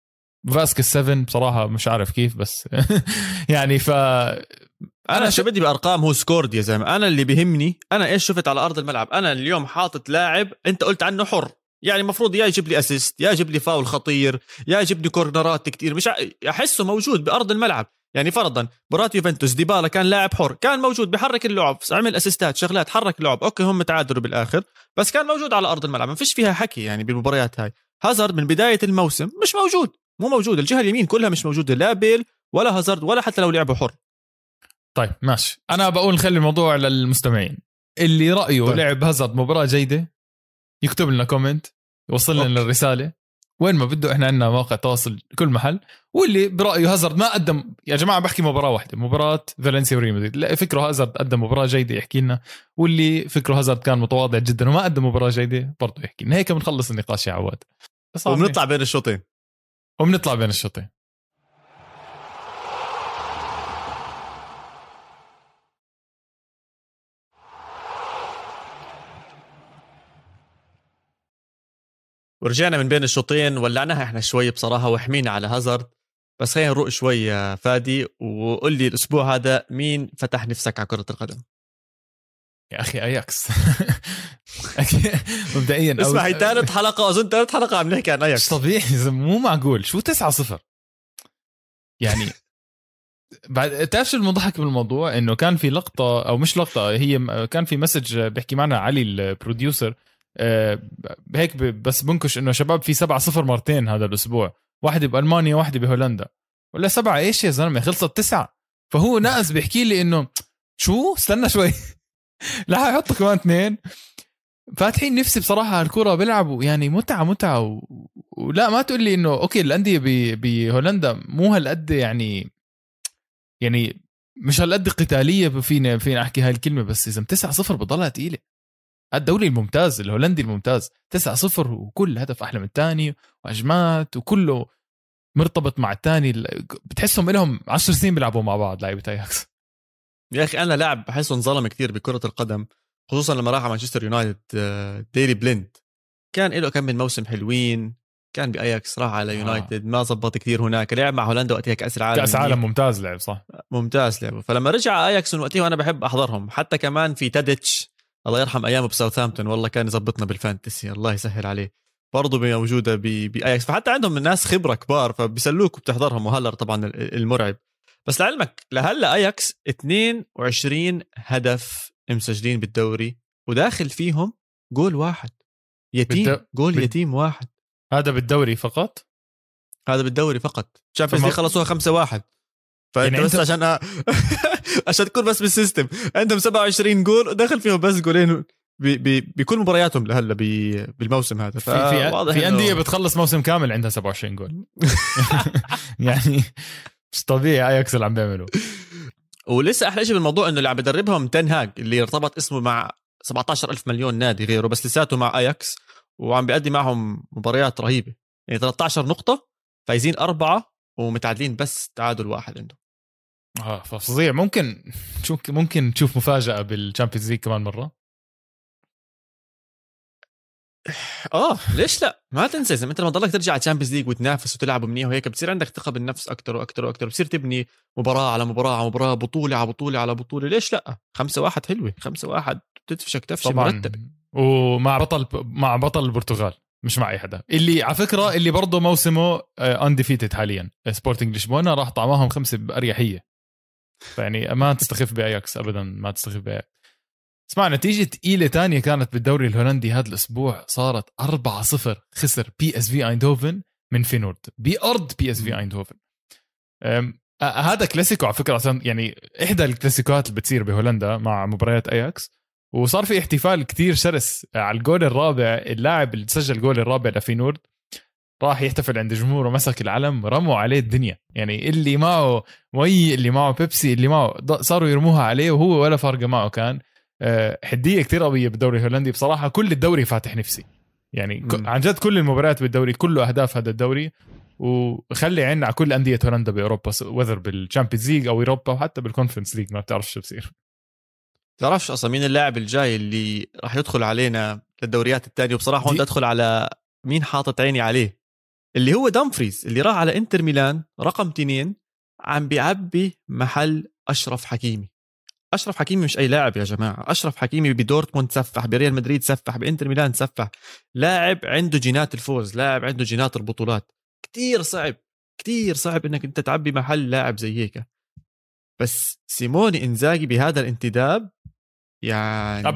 فاسكيز 7 بصراحه مش عارف كيف بس يعني انا شو بدي بارقام هو سكورد يا زلمه. انا اللي بيهمني انا ايش شفت على ارض الملعب. انا اليوم حاطط لاعب انت قلت عنه حر، يعني المفروض يا يجيب لي اسيست يا يجيب لي فاول خطير يا يجيب لي كورنرات كتير، مش احسه موجود بارض الملعب. يعني فرضا مباراة يوفنتوس ديبالا كان لاعب حر، كان موجود بحرك اللعب، عمل اسيستات شغلات، حرك اللعب. اوكي هم تعادلوا بالاخر بس كان موجود على ارض الملعب، ما فيش فيها حكي. يعني بالمباريات هاي هازارد من بداية الموسم مش موجود، مو موجود. الجهة اليمين كلها مش موجودة، لا بيل ولا هازارد ولا حتى لو لعبوا حر. طيب ماشي، انا بقول نخلي الموضوع للمستمعين. اللي رايه طيب. لعب هازارد مباراه جيده يكتب لنا كومنت، يوصل لنا الرساله وين ما بده. احنا عندنا مواقع تواصل كل محل. واللي برايه هازارد ما قدم، يا جماعه بحكي مباراه واحده، مباراه فالنسيا وريال مدريد، لا فكره هازارد قدم مباراه جيده يحكي لنا، واللي فكره هازارد كان متواضع جدا وما قدم مباراه جيده برضه يحكي لنا. هيك بنخلص النقاش يا عواد، وبنطلع بين الشوطين. وبنطلع بين الشوطين. ورجعنا من بين الشوطين، ولعناها احنا شوي بصراحة وحمينا على هازارد. بس خلينا نروق شوي يا فادي، وقول لي الأسبوع هذا مين فتح نفسك على كرة القدم؟ يا أخي أياكس مبدئيا اسمع هي ثالث حلقة، أظن ثالث حلقة عم نحكي عن أياكس. مش طبيعي، مو معقول. شو 9-0 يعني؟ بعد تعرف شو المضحك بالموضوع؟ انه كان في لقطه او مش لقطه، هي كان في مسج بيحكي معنا علي البروديوسر هيك بس بنكش انه شباب في 7-0 مرتين هذا الاسبوع، واحده بالمانيا واحده بهولندا. ولا 7 ايش يا زلمه، خلصت 9. فهو ناقص بيحكي لي انه شو استنى شوي لا يحطوا كمان 2. فاتحين نفسي بصراحه الكره بيلعبوا يعني متعه ولا ما تقول لي انه اوكي الانديه بهولندا مو هالقد يعني مش هالقد قتاليه. فينا احكي هاي الكلمه، بس اذا 9-0 بضلها ثقيله. الدوري الممتاز الهولندي الممتاز 9-0 وكل هدف احلى من الثاني واجمات وكله مرتبط مع الثاني. بتحسهم لهم 10 سنين بيلعبوا مع بعض لعيبه اياكس. يا اخي انا لاعب بحسه انظلم كتير بكرة القدم، خصوصا لما راح على مانشستر يونايتد. ديلي بليند كان له كم من موسم حلوين، كان باياكس راح على يونايتد ما زبط كتير هناك، لعب مع هولندا وقتها كاس العالم. كاس عالم ممتاز لعب، صح ممتاز لعبه. فلما رجع اياكس وقتها وانا بحب احضرهم، حتى كمان في تاديتش الله يرحم ايامه بساوثهامبتون، والله كان يزبطنا بالفانتسي الله يسهل عليه، برضه موجوده باياكس. فحتى عندهم الناس خبره كبار فبيسلوك وبتحضرهم. وهلا طبعا المرعب. بس لعلمك لهلا اياكس 22 هدف مسجلين بالدوري وداخل فيهم جول واحد يتيم. جول يتيم واحد. هذا بالدوري فقط، هذا بالدوري فقط. تشامبيونز ليج خلصوها 5-1 فانت يعني بس عشان عشان تكون بس بالسيستم عندهم 27 جول ودخل فيهم بس جولين بكل مبارياتهم لهلا بالموسم هذا. في انديه بتخلص موسم كامل عندها 27 جول يعني مش طبيعي اياكس اللي عم بيعملوا. ولسه احلى شيء بالموضوع انه اللي عم بدربهم تن هاج اللي ارتبط اسمه مع 17,000 مليون نادي غيره، بس لساته مع اياكس وعم بيقدم معهم مباريات رهيبه. يعني 13 نقطه، فايزين 4 ومتعادلين بس تعادل 1 عندهم. ففظيع. ممكن تشوف مفاجأة بالشامبيونز ليج كمان مرة. ليش لا؟ ما تنسى اذا انت لما تضلك ترجع على الشامبيونز ليج وتنافس وتلعب منيح وهيك بتصير عندك ثقه بالنفس اكثر واكثر واكثر، بتصير تبني مباراه على مباراه على مباراه، بطوله على بطوله على بطوله. ليش لا؟ 5-1 حلوه، 5-1 بتدفشك تفشه مرتبه. ومع بطل البرتغال، مش مع اي حدا. اللي على فكره اللي برضه موسمه انديفيتد حاليا سبورتنج لشبونه، راح طعمهم 5 باريحيه. يعني ما تستخف باياكس ابدا، ما تستخف باياكس. اسمع، نتيجة تقيلة تانية كانت بالدوري الهولندي هذا الأسبوع، صارت 4-0 خسر PSV ايندهوفن من فينورد بأرض PSV ايندهوفن. هذا كلاسيكو على فكرة، عشان يعني إحدى الكلاسيكوات اللي بتصير بهولندا مع مباريات أياكس. وصار في احتفال كتير شرس على الجول الرابع. اللاعب اللي سجل الجول الرابع لفينورد راح يحتفل عند جمهوره، مسك العلم رموا عليه الدنيا. يعني اللي معه مي، اللي معه بيبسي، اللي معه صاروا يرموها عليه وهو ولا فرق معه. كان حدية كتير قوية بالدوري الهولندي بصراحة. كل الدوري فاتح نفسي يعني عن جد. كل المباريات بالدوري كله أهداف هذا الدوري. وخلي عنا على كل أندية هولندا بأوروبا، وذر بالشامبيونز ليج أو أوروبا وحتى بالكونفرنس ليج. ما بتعرفش شو بصير. تعرفش أصلا مين اللاعب الجاي اللي راح يدخل علينا للدوريات التانية؟ وبصراحة هون أدخل على مين حاطط عيني عليه اللي هو دامفريز اللي راح على انتر ميلان رقم 2 عم بيعبي محل أشرف حكيمي. أشرف حكيمي مش أي لاعب يا جماعة، أشرف حكيمي بدورتموند سفح، بريال مدريد سفح، بإنتر ميلان سفح، لاعب عنده جينات الفوز، لاعب عنده جينات البطولات. كتير صعب إنك أنت تعبي محل لاعب زي هيك. بس سيموني إنزاغي بهذا الانتداب يعني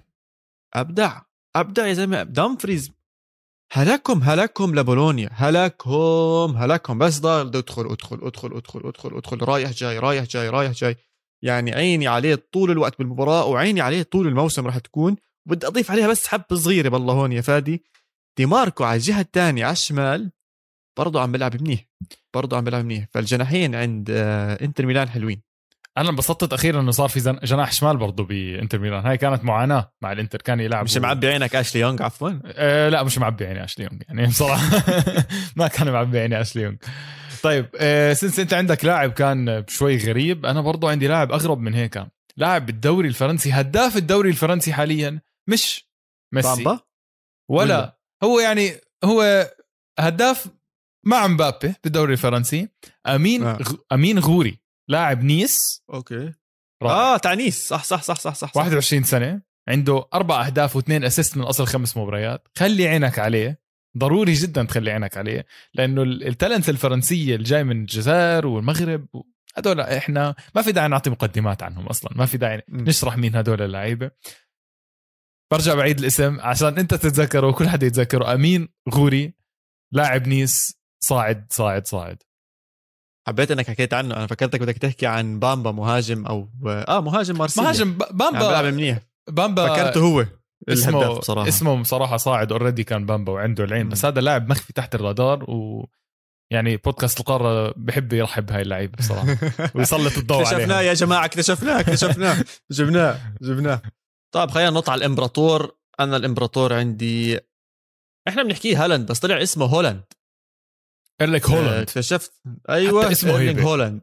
أبدع يا زلمة. دامفريز هلكهم لبولونيا، هلكهم بس ضل ادخل رايح جاي يعني عيني عليه طول الوقت بالمباراة وعيني عليه طول الموسم راح تكون. بدي أضيف عليها بس حب صغيرة بالله هون يا فادي، دي ماركو على الجهة الثانية على الشمال برضو عم بلعب منيح، فالجناحين عند انتر ميلان حلوين. انا انبسطت اخيرا انه صار في جناح شمال برضو بانتر ميلان، هاي كانت معاناه مع الانتر، كان يلعب مش معبي عينك اشلي يونغ عفوا؟ لا مش معبي عيني اشلي يونغ يعني بصراحه ما كان معبي عيني اشلي يونغ. طيب سنس انت عندك لاعب كان شوي غريب، انا برضو عندي لاعب اغرب من هيك، لاعب بالدوري الفرنسي، هداف الدوري الفرنسي حاليا، مش ميسي بامبا ولا هو يعني هو هداف مع مبابي بالدوري الفرنسي، امين غوري، لاعب نيس. اوكي رائع. تاع نيس، صح 21 سنة، عنده 4 أهداف و2 أسيست من أصل 5 مباريات. خلي عينك عليه، ضروري جدا تخلي عينك عليه، لأنه التالنت الفرنسية الجاي من الجزائر والمغرب هدول إحنا ما في داعي نعطي مقدمات عنهم أصلا، ما في داعي نشرح مين هدول اللعيبة. برجع بعيد الاسم عشان أنت تتذكره وكل حدا يتذكره، أمين غوري، لاعب نيس، صاعد. حبيت انك حكيت عنه، انا فكرتك بدك تحكي عن بامبا مهاجم او مهاجم مارسيليا. مهاجم بامبا بيلعب منيح، بامبا فكرته هو اسمه بصراحه صاعد اوريدي، كان بامبا وعنده العين بس هذا لاعب مخفي تحت الرادار، ويعني بودكاست القاره بحب يرحب بهاي اللعيبه بصراحه ويسلط الضوء عليها. اكتشفناه يا جماعه، اكتشفناه جبناه. طيب خلينا نطلع على الامبراطور. انا الامبراطور عندي، احنا بنحكيه هالاند بس طلع اسمه هولاند. إيرلينغ هولاند. اكتشفت ايوه اسمه إيرلينغ هولاند.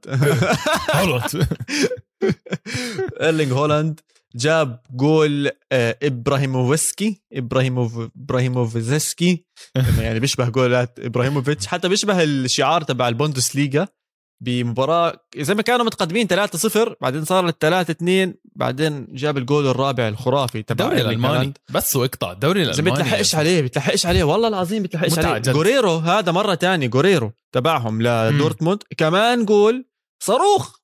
إيرلينغ هولاند جاب جول ابراهيموفسكي يعني بيشبه جولات ابراهيموفيتش، حتى بيشبه الشعار تبع البوندسليغا بمباراة زي ما كانوا متقدمين 3-0 بعدين صار 3-2 بعدين جاب الجول الرابع الخرافي تبع الدوري الألماني بس ويقطع الدوري الألماني. بتلحقش عليه والله العظيم، بتلحقش عليه. غوريرو هذا مرة تاني، غوريرو تبعهم لدورتموند كمان جول صاروخ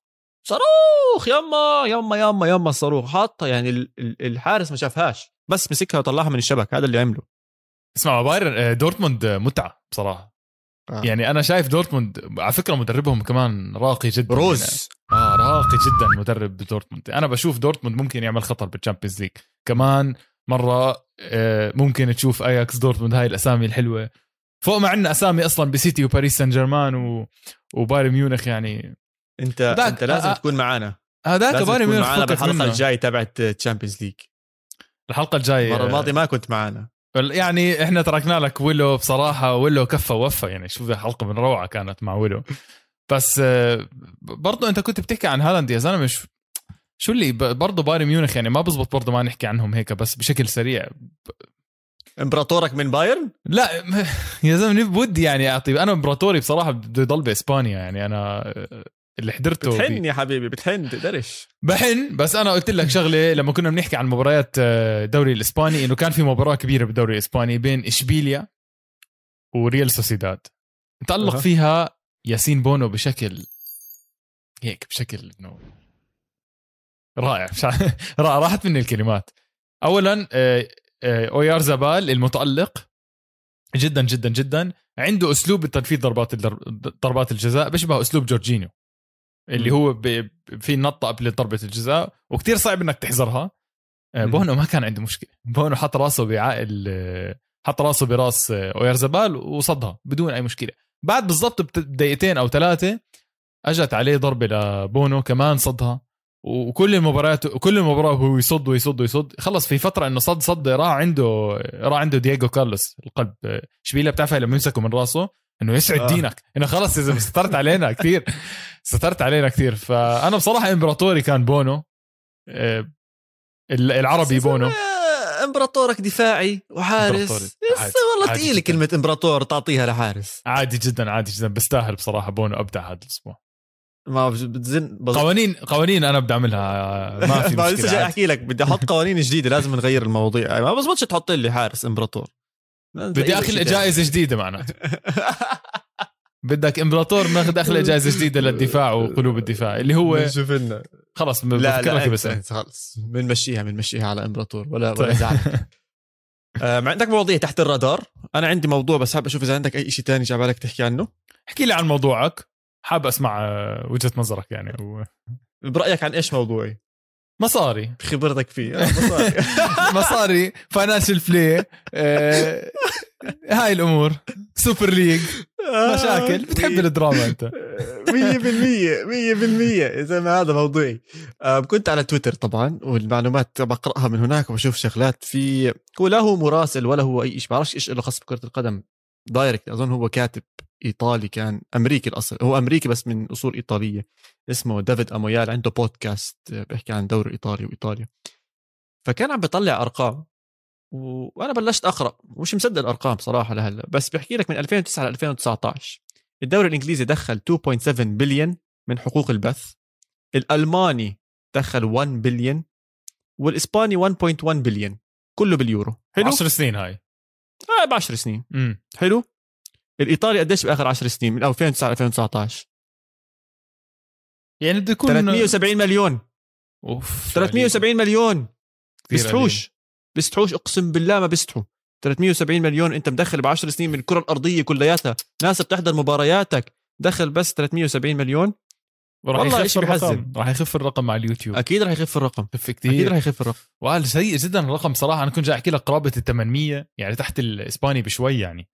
يما الصاروخ حاطة يعني الحارس ما شافهاش بس مسكها وطلعها من الشبك. هذا اللي عمله. اسمع بايرن دورتموند متعة بصراحة. يعني أنا شايف دورتموند على فكرة مدربهم كمان راقي جدا، روز يعني راقي جدا مدرب دورتموند. أنا بشوف دورتموند ممكن يعمل خطر بالتشامبيونز ليج كمان مرة. ممكن تشوف أياكس دورتموند، هاي الأسامي الحلوة فوق ما عندنا أسامي أصلا بسيتي وباريس سان جيرمان وبايرن ميونخ. يعني انت لازم تكون معنا، هذاك بايرن ميونخ معنا بالحلقة الجاي تبعت تشامبيونز ليج. الحلقة الجاية المرة الماضية ما كنت معنا، يعني احنا تركنا لك ويلو بصراحة. ويلو كفى ووفى، يعني شوف حلقة من روعة كانت مع ويلو. بس برضو انت كنت بتحكي عن هالاند يا زلمة، شو اللي برضو بايرن ميونخ يعني ما بزبط برضو ما نحكي عنهم هيك بس بشكل سريع. امبراطورك من بايرن؟ لا يا زلمة بدي يعني اعطي، انا امبراطوري بصراحة بده يضل باسبانيا. يعني انا اللي حضرته بتحن يا حبيبي، بتحن تقدرش. بحن. بس انا قلت لك شغله لما كنا بنحكي عن مباريات الدوري الاسباني، انه كان في مباراه كبيره بالدوري الاسباني بين اشبيليا وريال سوسيداد، تألق فيها ياسين بونو بشكل هيك، بشكل انه رائع. راحت مني الكلمات. اولا اويارزابال المتألق جدا جدا جدا، عنده اسلوب بتنفيذ ضربات الجزاء بيشبه اسلوب جورجينيو اللي هو في نطة قبل ضربة الجزاء وكتير صعب انك تحذرها. بونو ما كان عنده مشكلة، بونو حط راسه بعائل، حط راسه براس اويارزابال وصدها بدون اي مشكلة. بعد بالضبط بدقيقتين او 3 اجت عليه ضربة لبونو كمان صدها. وكل المباريات كل المباراة هو يصد خلص في فترة انه صد راح عنده دييغو كارلوس القلب شبيلة بتعرفها لما يمسكه من راسه انه يسعد دينك انه خلص اذا سترت علينا كثير. فانا بصراحة امبراطوري كان بونو، العربي بونو. امبراطورك دفاعي وحارس والله تقيل كلمة امبراطور تعطيها لحارس. عادي جدا بستاهل بصراحة بونو أبدع هذا الأسبوع. ما بتزن قوانين أنا بدي أعملها ما في مشكلة. لسه جاي أحكي لك بدي أحط قوانين جديدة لازم نغير المواضيع. ما بزبطش تحط لي حارس امبراطور. بدي أخلق جائزة جديدة معناته. بدك امبراطور ناخذ اخلق جائزه جديده للدفاع وقلوب الدفاع اللي هو شوف لنا خلص لا بس خلص بنمشيها على امبراطور ولا زعل. عندك مواضيع تحت الرادار. انا عندي موضوع بس حابب اشوف اذا عندك اي شيء تاني جاب لك تحكي عنه. احكي لي عن موضوعك حابب اسمع وجهه نظرك يعني برايك عن ايش موضوعي؟ مصاري خبرتك فيه مصاري فاينانشال بلاي هاي الامور سوبر ليج مشاكل بتحب الدراما انت 100% اذا ما هذا موضوعي. كنت على تويتر طبعا والمعلومات بقراها من هناك وبشوف شغلات في هو لا هو مراسل ولا هو اي شيء بعرفش ايش له خاص بكرة القدم دايركت. اظن هو كاتب ايطالي كان امريكي الاصل هو امريكي بس من اصول ايطاليه اسمه ديفيد امويال عنده بودكاست بيحكي عن دوري ايطالي وايطاليا. فكان عم بيطلع ارقام وانا بلشت اقرا مش مصدق الارقام صراحه لهلا بس بحكي لك من 2009 ل 2019 الدوري الانجليزي دخل 2.7 بليون من حقوق البث. الالماني دخل 1 بليون والاسباني 1.1 بليون كله باليورو. حلو 10 سنين هاي ب10 سنين حلو. الايطالي قديش باخر 10 سنين من 2009 ل 2019 يعني بده يكون 370 مليون. اوف 370 مليون بيستحوش اقسم بالله ما بيستحوا. 370 مليون انت مدخل ب10 سنين من الكره الارضيه كلياتها ناس بتحضر مبارياتك دخل بس 370 مليون. والله شيء بيحزن. راح يخف الرقم مع اليوتيوب اكيد راح يخف الرقم اكيد راح يخف الرقم وهذا سيء جدا الرقم صراحه. انا كنت جاي احكي لك قرابه ال800 يعني تحت الاسباني بشوي يعني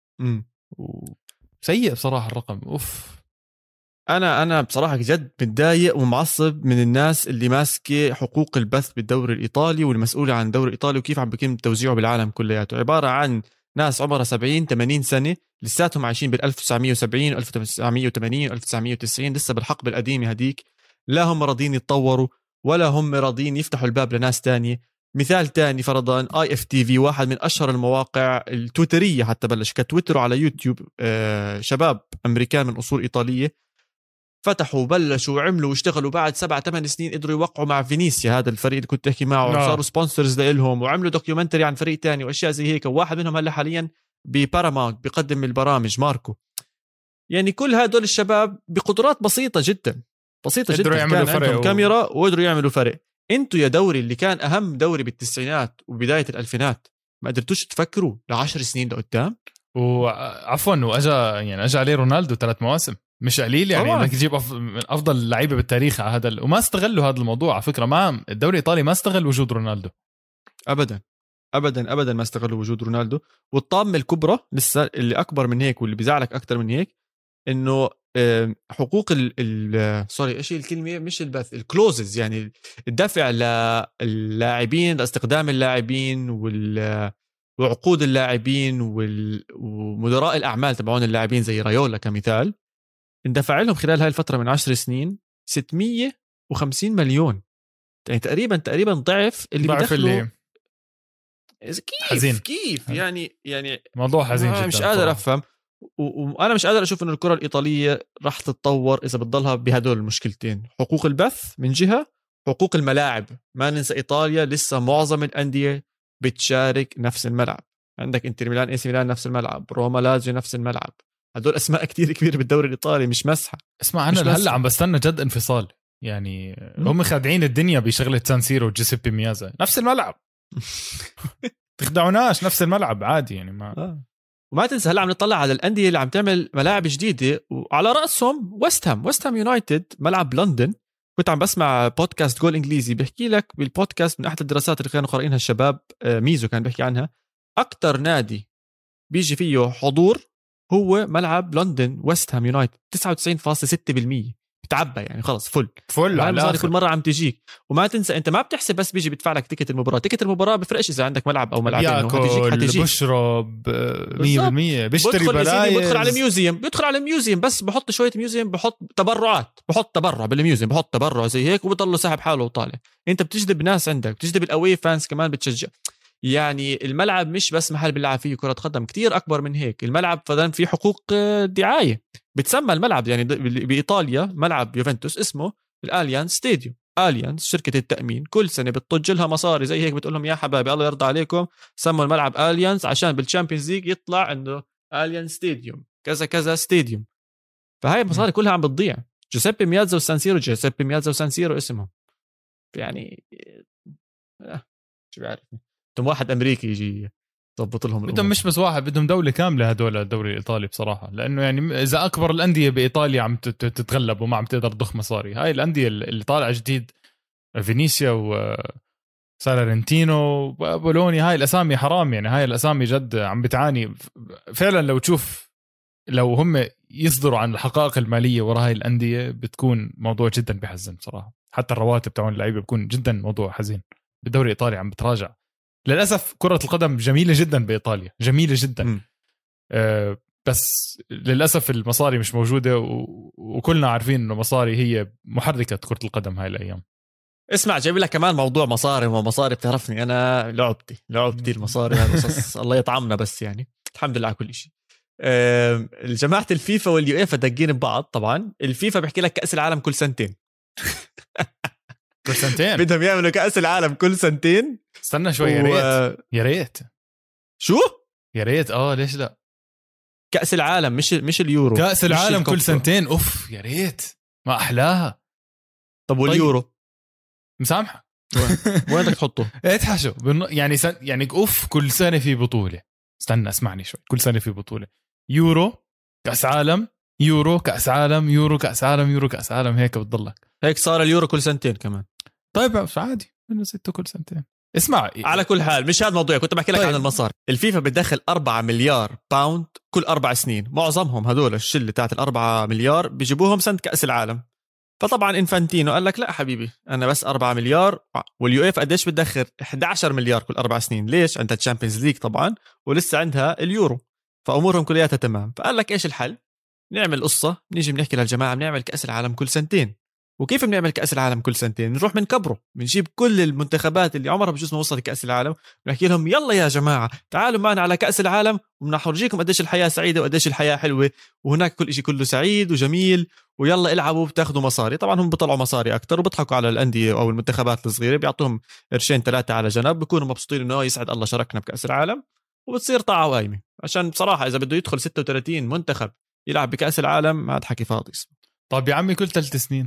سيء بصراحه الرقم. اوف انا بصراحه جد متضايق ومعصب من الناس اللي ماسكه حقوق البث بالدوري الايطالي والمسؤوله عن الدوري الايطالي وكيف عم بيتم توزيعه بالعالم كلياته. عباره عن ناس عمرها 70 80 سنه لساتهم عايشين بال 1970 1980 1990 لسه بالحقبه القديمه هديك. لا هم راضين يتطوروا ولا هم راضين يفتحوا الباب لناس تانية. مثال تاني فرضا IFTV واحد من أشهر المواقع التويترية حتى بلش كتويتر على يوتيوب. شباب أمريكان من أصول إيطالية فتحوا وبلشوا وعملوا واشتغلوا بعد 7-8 سنين قدروا يوقعوا مع فينيسيا هذا الفريق اللي كنت تحكي معه وصاروا سبونسرز لهم وعملوا دوكيومنتري عن فريق تاني وأشياء زي هيك. وواحد منهم هلا حاليا بباراماونت بيقدم البرامج ماركو. يعني كل هدول الشباب بقدرات بسيطة جدا كان عندهم كاميرا وقدروا يعملوا فرق. انتوا يا دوري اللي كان أهم دوري بالتسعينات وبداية الألفينات ما قدرتوش تفكروا ل10 سنين لقدام. وعفوا اجى عليه رونالدو 3 مواسم مش قليل يعني انك تجيب من افضل اللعيبه بالتاريخ على هذا وما استغلوا هذا الموضوع. على فكره ما الدوري الايطالي ما استغل وجود رونالدو ابدا ما استغلوا وجود رونالدو. والطامه الكبرى لسه اللي اكبر من هيك واللي بيزعلك اكتر من هيك انه حقوق سوري ايش الكلمه مش البث الكلوزز يعني الدفع للاعبين لاستخدام اللاعبين وعقود اللاعبين ومدراء الاعمال تبعون اللاعبين زي رايولا كمثال اندفع لهم خلال هاي الفتره من 10 سنين 650 مليون. يعني تقريبا ضعف اللي بدخلوا. كيف يعني موضوع حزين جدا مش قادر افهم. وانا مش قادر اشوف انه الكره الايطاليه راح تتطور اذا بتضلها بهدول المشكلتين. حقوق البث من جهه حقوق الملاعب ما ننسى ايطاليا لسه معظم الانديه بتشارك نفس الملعب. عندك انتر ميلان اي سي ميلان نفس الملعب روما لازيو نفس الملعب. هدول اسماء كتير كبيره بالدوري الايطالي مش مسحه. اسمع انا هلا عم بستنى جد انفصال يعني هم خادعين الدنيا بشغله سان سيرو وجيسيبي ميازا نفس الملعب تخدعوناش نفس الملعب عادي يعني ما وما تنسى هلا عم نطلع على الانديه اللي عم تعمل ملاعب جديده وعلى راسهم ويست هام يونايتد ملعب لندن. كنت عم بسمع بودكاست جول انجليزي بيحكي لك بالبودكاست من احد الدراسات اللي كانوا قارئينها الشباب ميزو كان بيحكي عنها اكتر نادي بيجي فيه حضور هو ملعب لندن ويست هام يونايتد 99.6% بتعبى يعني خلص فل على كل مرة عم تجيك. وما تنسى انت ما بتحسب بس بيجي بدفع لك تيكت المباراة بفرقش اذا عندك ملعب او ملعبين هتجيك بشرب 100% بيشتري بلايز بيدخل على ميوزيوم بس بحط شوية ميوزيوم بحط تبرع بالميوزيوم بحط تبرع زي هيك وبضله سحب حاله وطالع. انت بتجذب ناس عندك بتجذب الاوي فانس كمان بتشجع. يعني الملعب مش بس محل بيلعب فيه كرة قدم، كتير أكبر من هيك. الملعب فدان فيه حقوق دعاية، بتسمى الملعب يعني بإيطاليا ملعب يوفنتوس اسمه الاليانز ستاديوم. اليانز شركة التأمين كل سنة بتطج لها مصاري زي هيك، بتقول لهم يا حبايبي الله يرضى عليكم سموا الملعب اليانز عشان بالشامبيونز ليج يطلع انه اليانز ستاديوم كذا كذا ستاديوم. فهاي المصاري كلها عم بتضيع. جوزيبي ميازا وسانسيرو، جوزيبي ميازا وسانسيرو اسمهم يعني شو بعرف، بدهم واحد امريكي يجي يضبط لهم بدهم مش بس واحد، بدهم دولة كاملة هدول الدوري الإيطالي بصراحة. لأنه يعني إذا أكبر الأندية بإيطاليا عم تتغلب وما عم تقدر تضخ مصاري، هاي الأندية اللي طالعة جديد فينيسيا وسالارنتينو بولوني، هاي الأسامي حرام يعني. هاي الأسامي جد عم بتعاني فعلا. لو تشوف لو هم يصدروا عن الحقائق المالية وراء هاي الأندية بتكون موضوع جدا بحزن بصراحة. حتى الرواتب تاعون اللعيبة بتكون جدا موضوع حزين. بالدوري الإيطالي عم بتراجع للأسف. كرة القدم جميلة جدا بإيطاليا، جميلة جدا. بس للأسف المصاري مش موجودة وكلنا عارفين إنه مصاري هي محركة كرة القدم هاي الأيام. اسمع جايب لك كمان موضوع مصاري ومصاري، بتعرفني أنا لعبتي المصاري هالقصص الله يطعمنا، بس يعني الحمد لله على كل شيء. الجماعة الفيفا واليويفا دقين ببعض. طبعا الفيفا بيحكي لك كأس العالم كل سنتين كل سنتين بدهم يعملوا كأس العالم كل سنتين. استنى شوي يا ريت يا ريت. شو يا ريت ليش لا؟ كأس العالم مش اليورو، كأس العالم كل سنتين. اوف يا ريت، ما احلاها. طب واليورو مسامحة وين بدك تحطه؟ اتحشوا يعني يعني اوف كل سنة في بطولة. استنى اسمعني شوي، كل سنة في بطولة. يورو كأس عالم، يورو كأس عالم، يورو كأس عالم، يورو كأس عالم، هيك بتضلك. هيك صار اليورو كل سنتين كمان. طيب عادي انه ستة كل سنتين. اسمع على كل حال مش هذا الموضوع، كنت بحكي لك طيب. عن المصاري. الفيفا بتدخل 4 مليار باوند كل 4 سنين، معظمهم هدول الشله تاعت ال4 مليار بيجيبوهم سنه كأس العالم. فطبعا انفانتينو قال لك لا حبيبي انا بس 4 مليار. واليويفا قديش بتدخل 11 مليار كل 4 سنين. ليش؟ عندها الشامبيونز ليج طبعا ولسه عندها اليورو، فامورهم كلها تمام. فقال لك ايش الحل؟ نعمل قصه، نيجي بنحكي للجماعه بنعمل كأس العالم كل سنتين. وكيف بنعمل كأس العالم كل سنتين؟ نروح من كبره، بنجيب كل المنتخبات اللي عمرها بجوز ما وصلت كأس العالم ونحكي لهم يلا يا جماعة تعالوا معنا على كأس العالم وبنحرجيكم قديش الحياة سعيدة وقديش الحياة حلوة، وهناك كل إشي كله سعيد وجميل، ويلا العبوا بتاخدوا مصاري. طبعا هم بيطلعوا مصاري أكتر وبيضحكوا على الأندية أو المنتخبات الصغيرة، بيعطوهم قرشين 3 على جنب، بيكونوا مبسوطين إنه يسعد الله شاركنا بكأس العالم، وبتصير طاعة وقايمة. عشان بصراحة إذا بده يدخل 36 منتخب يلعب بكأس العالم ما حكي فاضي. طب يا عمي كل 3 سنين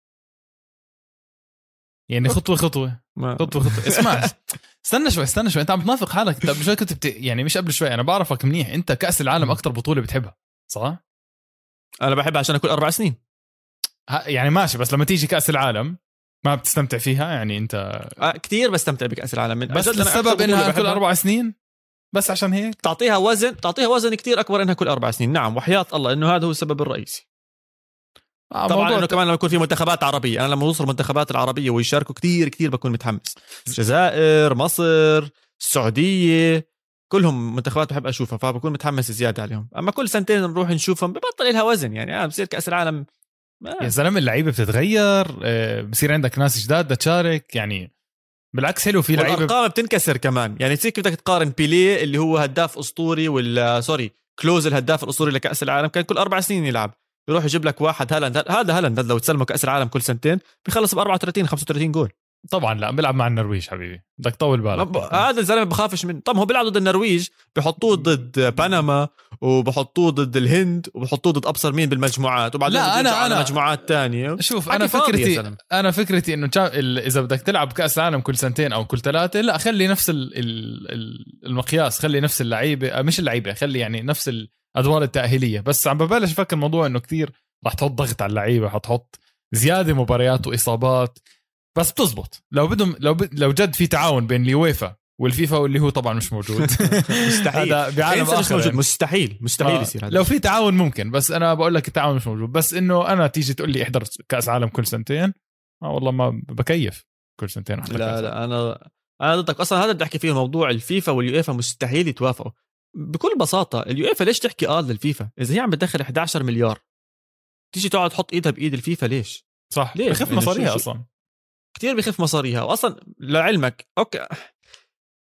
يعني خطوة خطوة. اسمع استنى شوي انت عم تنافق حالك. انت قبل شوي كنت يعني مش قبل شوي، انا بعرفك منيح، انت كأس العالم اكتر بطولة بتحبها صح؟ انا بحبها عشان كل 4 سنين يعني ماشي، بس لما تيجي كأس العالم ما بتستمتع فيها يعني انت؟ كتير بستمتع بكأس العالم بس السبب انها كل 4 سنين بس عشان هيك تعطيها وزن كتير اكبر انها كل 4 سنين. نعم وحياة الله انه هذا هو السبب الرئيسي. طبعا انه كمان لما يكون في منتخبات عربيه، انا لما اوصل المنتخبات العربيه ويشاركوا كتير بكون متحمس. الجزائر، مصر، السعوديه، كلهم منتخبات بحب اشوفها فبكون متحمس زياده عليهم. اما كل سنتين نروح نشوفهم ببطل لها وزن يعني. بصير كاس العالم يا زلمه اللعيبه بتتغير، بصير عندك ناس جداد بدها تشارك يعني. بالعكس حلو في لعيبه الارقام بتنكسر كمان يعني. تصير بدك تقارن بيليه اللي هو هداف اسطوري ولا كلوز الهداف الاسطوري لكاس العالم كان كل 4 سنين يلعب، يروح يجيب لك واحد هالاند لو تسلمه كأس العالم كل سنتين بيخلص ب 34 35 جول. طبعا لا بيلعب مع النرويج حبيبي، بدك طول بالك. هذا الزلمه بخافش من. طب هو بيلعب ضد النرويج، بحطوه ضد بنما وبحطوه ضد الهند وبحطوه ضد ابصر مين بالمجموعات، وبعدين لا انا مجموعات تانية. شوف انا فكرتي انه اذا بدك تلعب كأس العالم كل سنتين او كل 3 لا خلي نفس المقياس، خلي نفس اللعيبه، مش اللعيبه، خلي يعني نفس الادوار التأهيلية. بس عم ببلش افكر الموضوع انه كثير راح تحط ضغط على اللعيبه، حتحط زياده مباريات واصابات. بس بتزبط لو بدهم لو جد في تعاون بين اليويفا والفيفا واللي هو طبعا مش موجود مستحيل هذا بعالم اخر يعني. مستحيل يصير هذا. لو في تعاون ممكن، بس انا بقول لك التعاون مش موجود. بس انه انا تيجي تقول لي احضر كاس عالم كل سنتين، والله ما بكيف كل سنتين احضر. لا انا ضدك اصلا. هذا بدي احكي فيه موضوع الفيفا واليويفا مستحيل يتوافقوا بكل بساطه. اليويفا ليش تحكي للفيفا اذا هي عم بتدخل 11 مليار؟ تيجي تقعد تحط ايدها بايد الفيفا ليش؟ صح ليه؟ بخف مصاريها اصلا كتير بخف مصاريها. واصلا لعلمك اوكي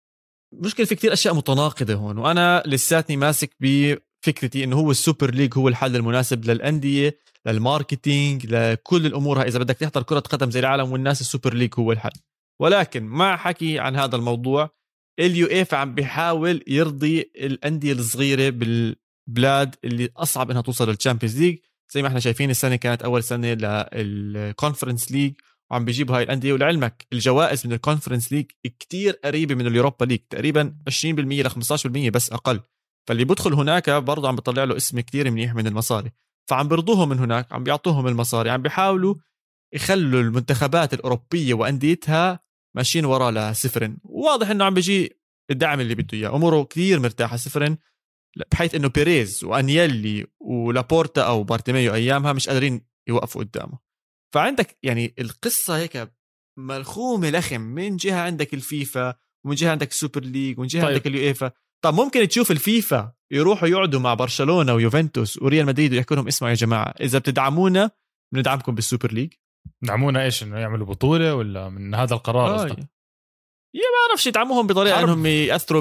مشكلة في كتير أشياء متناقضة هون، وأنا لساتني ماسك بفكرتي إنه هو السوبر ليج هو الحل المناسب للأندية، للماركتينج، لكل الأمور. إذا بدك تحضر كرة قدم زي العالم والناس، السوبر ليج هو الحل. ولكن مع حكي عن هذا الموضوع، اليوإيفا عم بيحاول يرضي الأندية الصغيرة بالبلاد اللي أصعب إنها توصل للتشامبيونز ليج. زي ما احنا شايفين السنة كانت أول سنة للكونفرنس ليج، وعم بيجيبوا هاي الأندية. ولعلمك الجوائز من الكونفرنس ليج كتير قريبة من اليوروبا ليج، تقريبا 20% ل 15% بس أقل. فاللي بدخل هناك برضه عم بيطلع له اسم كتير منيح من المصاري، فعم بيرضوهم من هناك، عم بيعطوهم المصاري، عم بيحاولوا يخلوا المنتخبات الأوروبية وأنديتها ماشيين ورا لسفرن. واضح إنه عم بيجي الدعم اللي بده إياه، أموره كتير مرتاحة سفرن، بحيث إنه بيريز وأنيلي ولابورتا أو بارتيميو أيامها مش قادرين يوقفوا قدامه. فعندك يعني القصة هيك ملخومة لخم، من جهة عندك الفيفا، ومن جهة عندك السوبر ليج، ومن جهة طيب. عندك اليويفا. طب ممكن تشوف الفيفا يروحوا يقعدوا مع برشلونة ويوفنتوس وريال مدريد ويحكوا لهم اسمعوا يا جماعة، إذا بتدعمونا بندعمكم بالسوبر ليج. دعمونا إيش؟ إنه يعملوا بطولة ولا من هذا القرار قصدك؟ ما أعرفش يدعموهم بطريقة إنهم يأثروا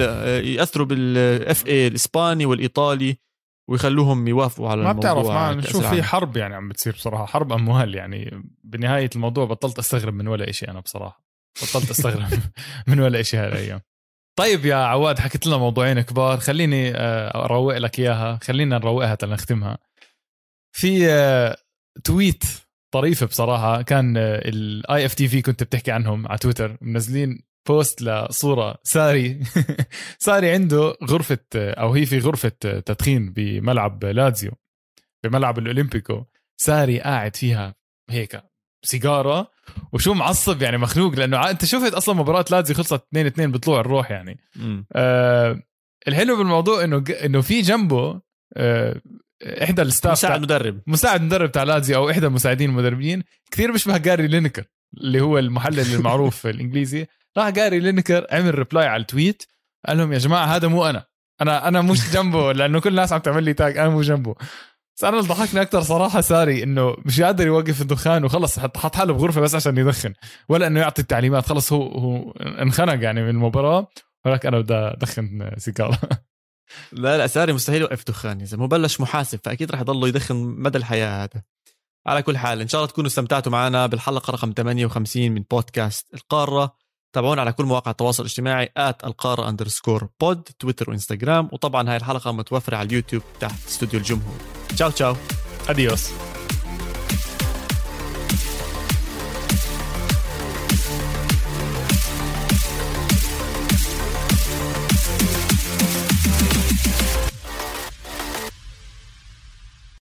بالFA الإسباني والإيطالي ويخلوهم يوافقوا على الموضوع. ما الموضوع. بتعرف، شوف في حرب يعني عم بتصير بصراحة، حرب أموال يعني. بنهاية الموضوع بطلت أستغرب من ولا إشي، أنا بصراحة بطلت أستغرب من ولا إشي هالأيام. طيب يا عواد، حكيت لنا موضوعين كبار، خليني أروق لك إياها، خلينا نروقها تنختمها. في تويت طريفة بصراحة، كان الاي اف تي في كنت بتحكي عنهم على تويتر، منزلين بوست لصورة ساري ساري عنده غرفة، أو هي في غرفة تدخين بملعب لازيو، بملعب الأولمبيكو. ساري قاعد فيها هيك سيجارة، وشو معصب يعني، مخنوق، لأنه أنت شفت أصلا مباراة لازيو خلصت 2-2 بطلوع الروح يعني. الحلو بالموضوع إنه في جنبه إحدى الستاف، مساعد مدرب تاع لازيو، أو إحدى المساعدين المدربين، كثير بيشبه جاري لينكر اللي هو المحلل المعروف الإنجليزي. راح جاري لينكر عمل ريبلاي على التويت، قال لهم يا جماعة هذا مو أنا مش جنبه، لأنه كل الناس عم تعمل لي تاج، أنا مو جنبه. بس أنا اللي ضحكني أكتر صراحة ساري، إنه مش قادر يوقف الدخان، وخلص حط حاله بغرفة بس عشان يدخن، ولا إنه يعطي التعليمات. خلص هو انخنق يعني من المباراة، ولكن أنا بدي أدخن سيجارة. لا ساري مستحيل يوقف دخان، إذا مو بلش محاسب فأكيد رح يضل يدخن مدى الحياة هذا. على كل حال إن شاء الله تكونوا استمتعتوا معنا بالحلقة رقم 58 من بودكاست القارة. تابعونا على كل مواقع التواصل الاجتماعي @القارة_pod، تويتر وإنستغرام، وطبعا هاي الحلقة متوفرة على اليوتيوب تحت استوديو الجمهور. تشاو تشاو، أديوس.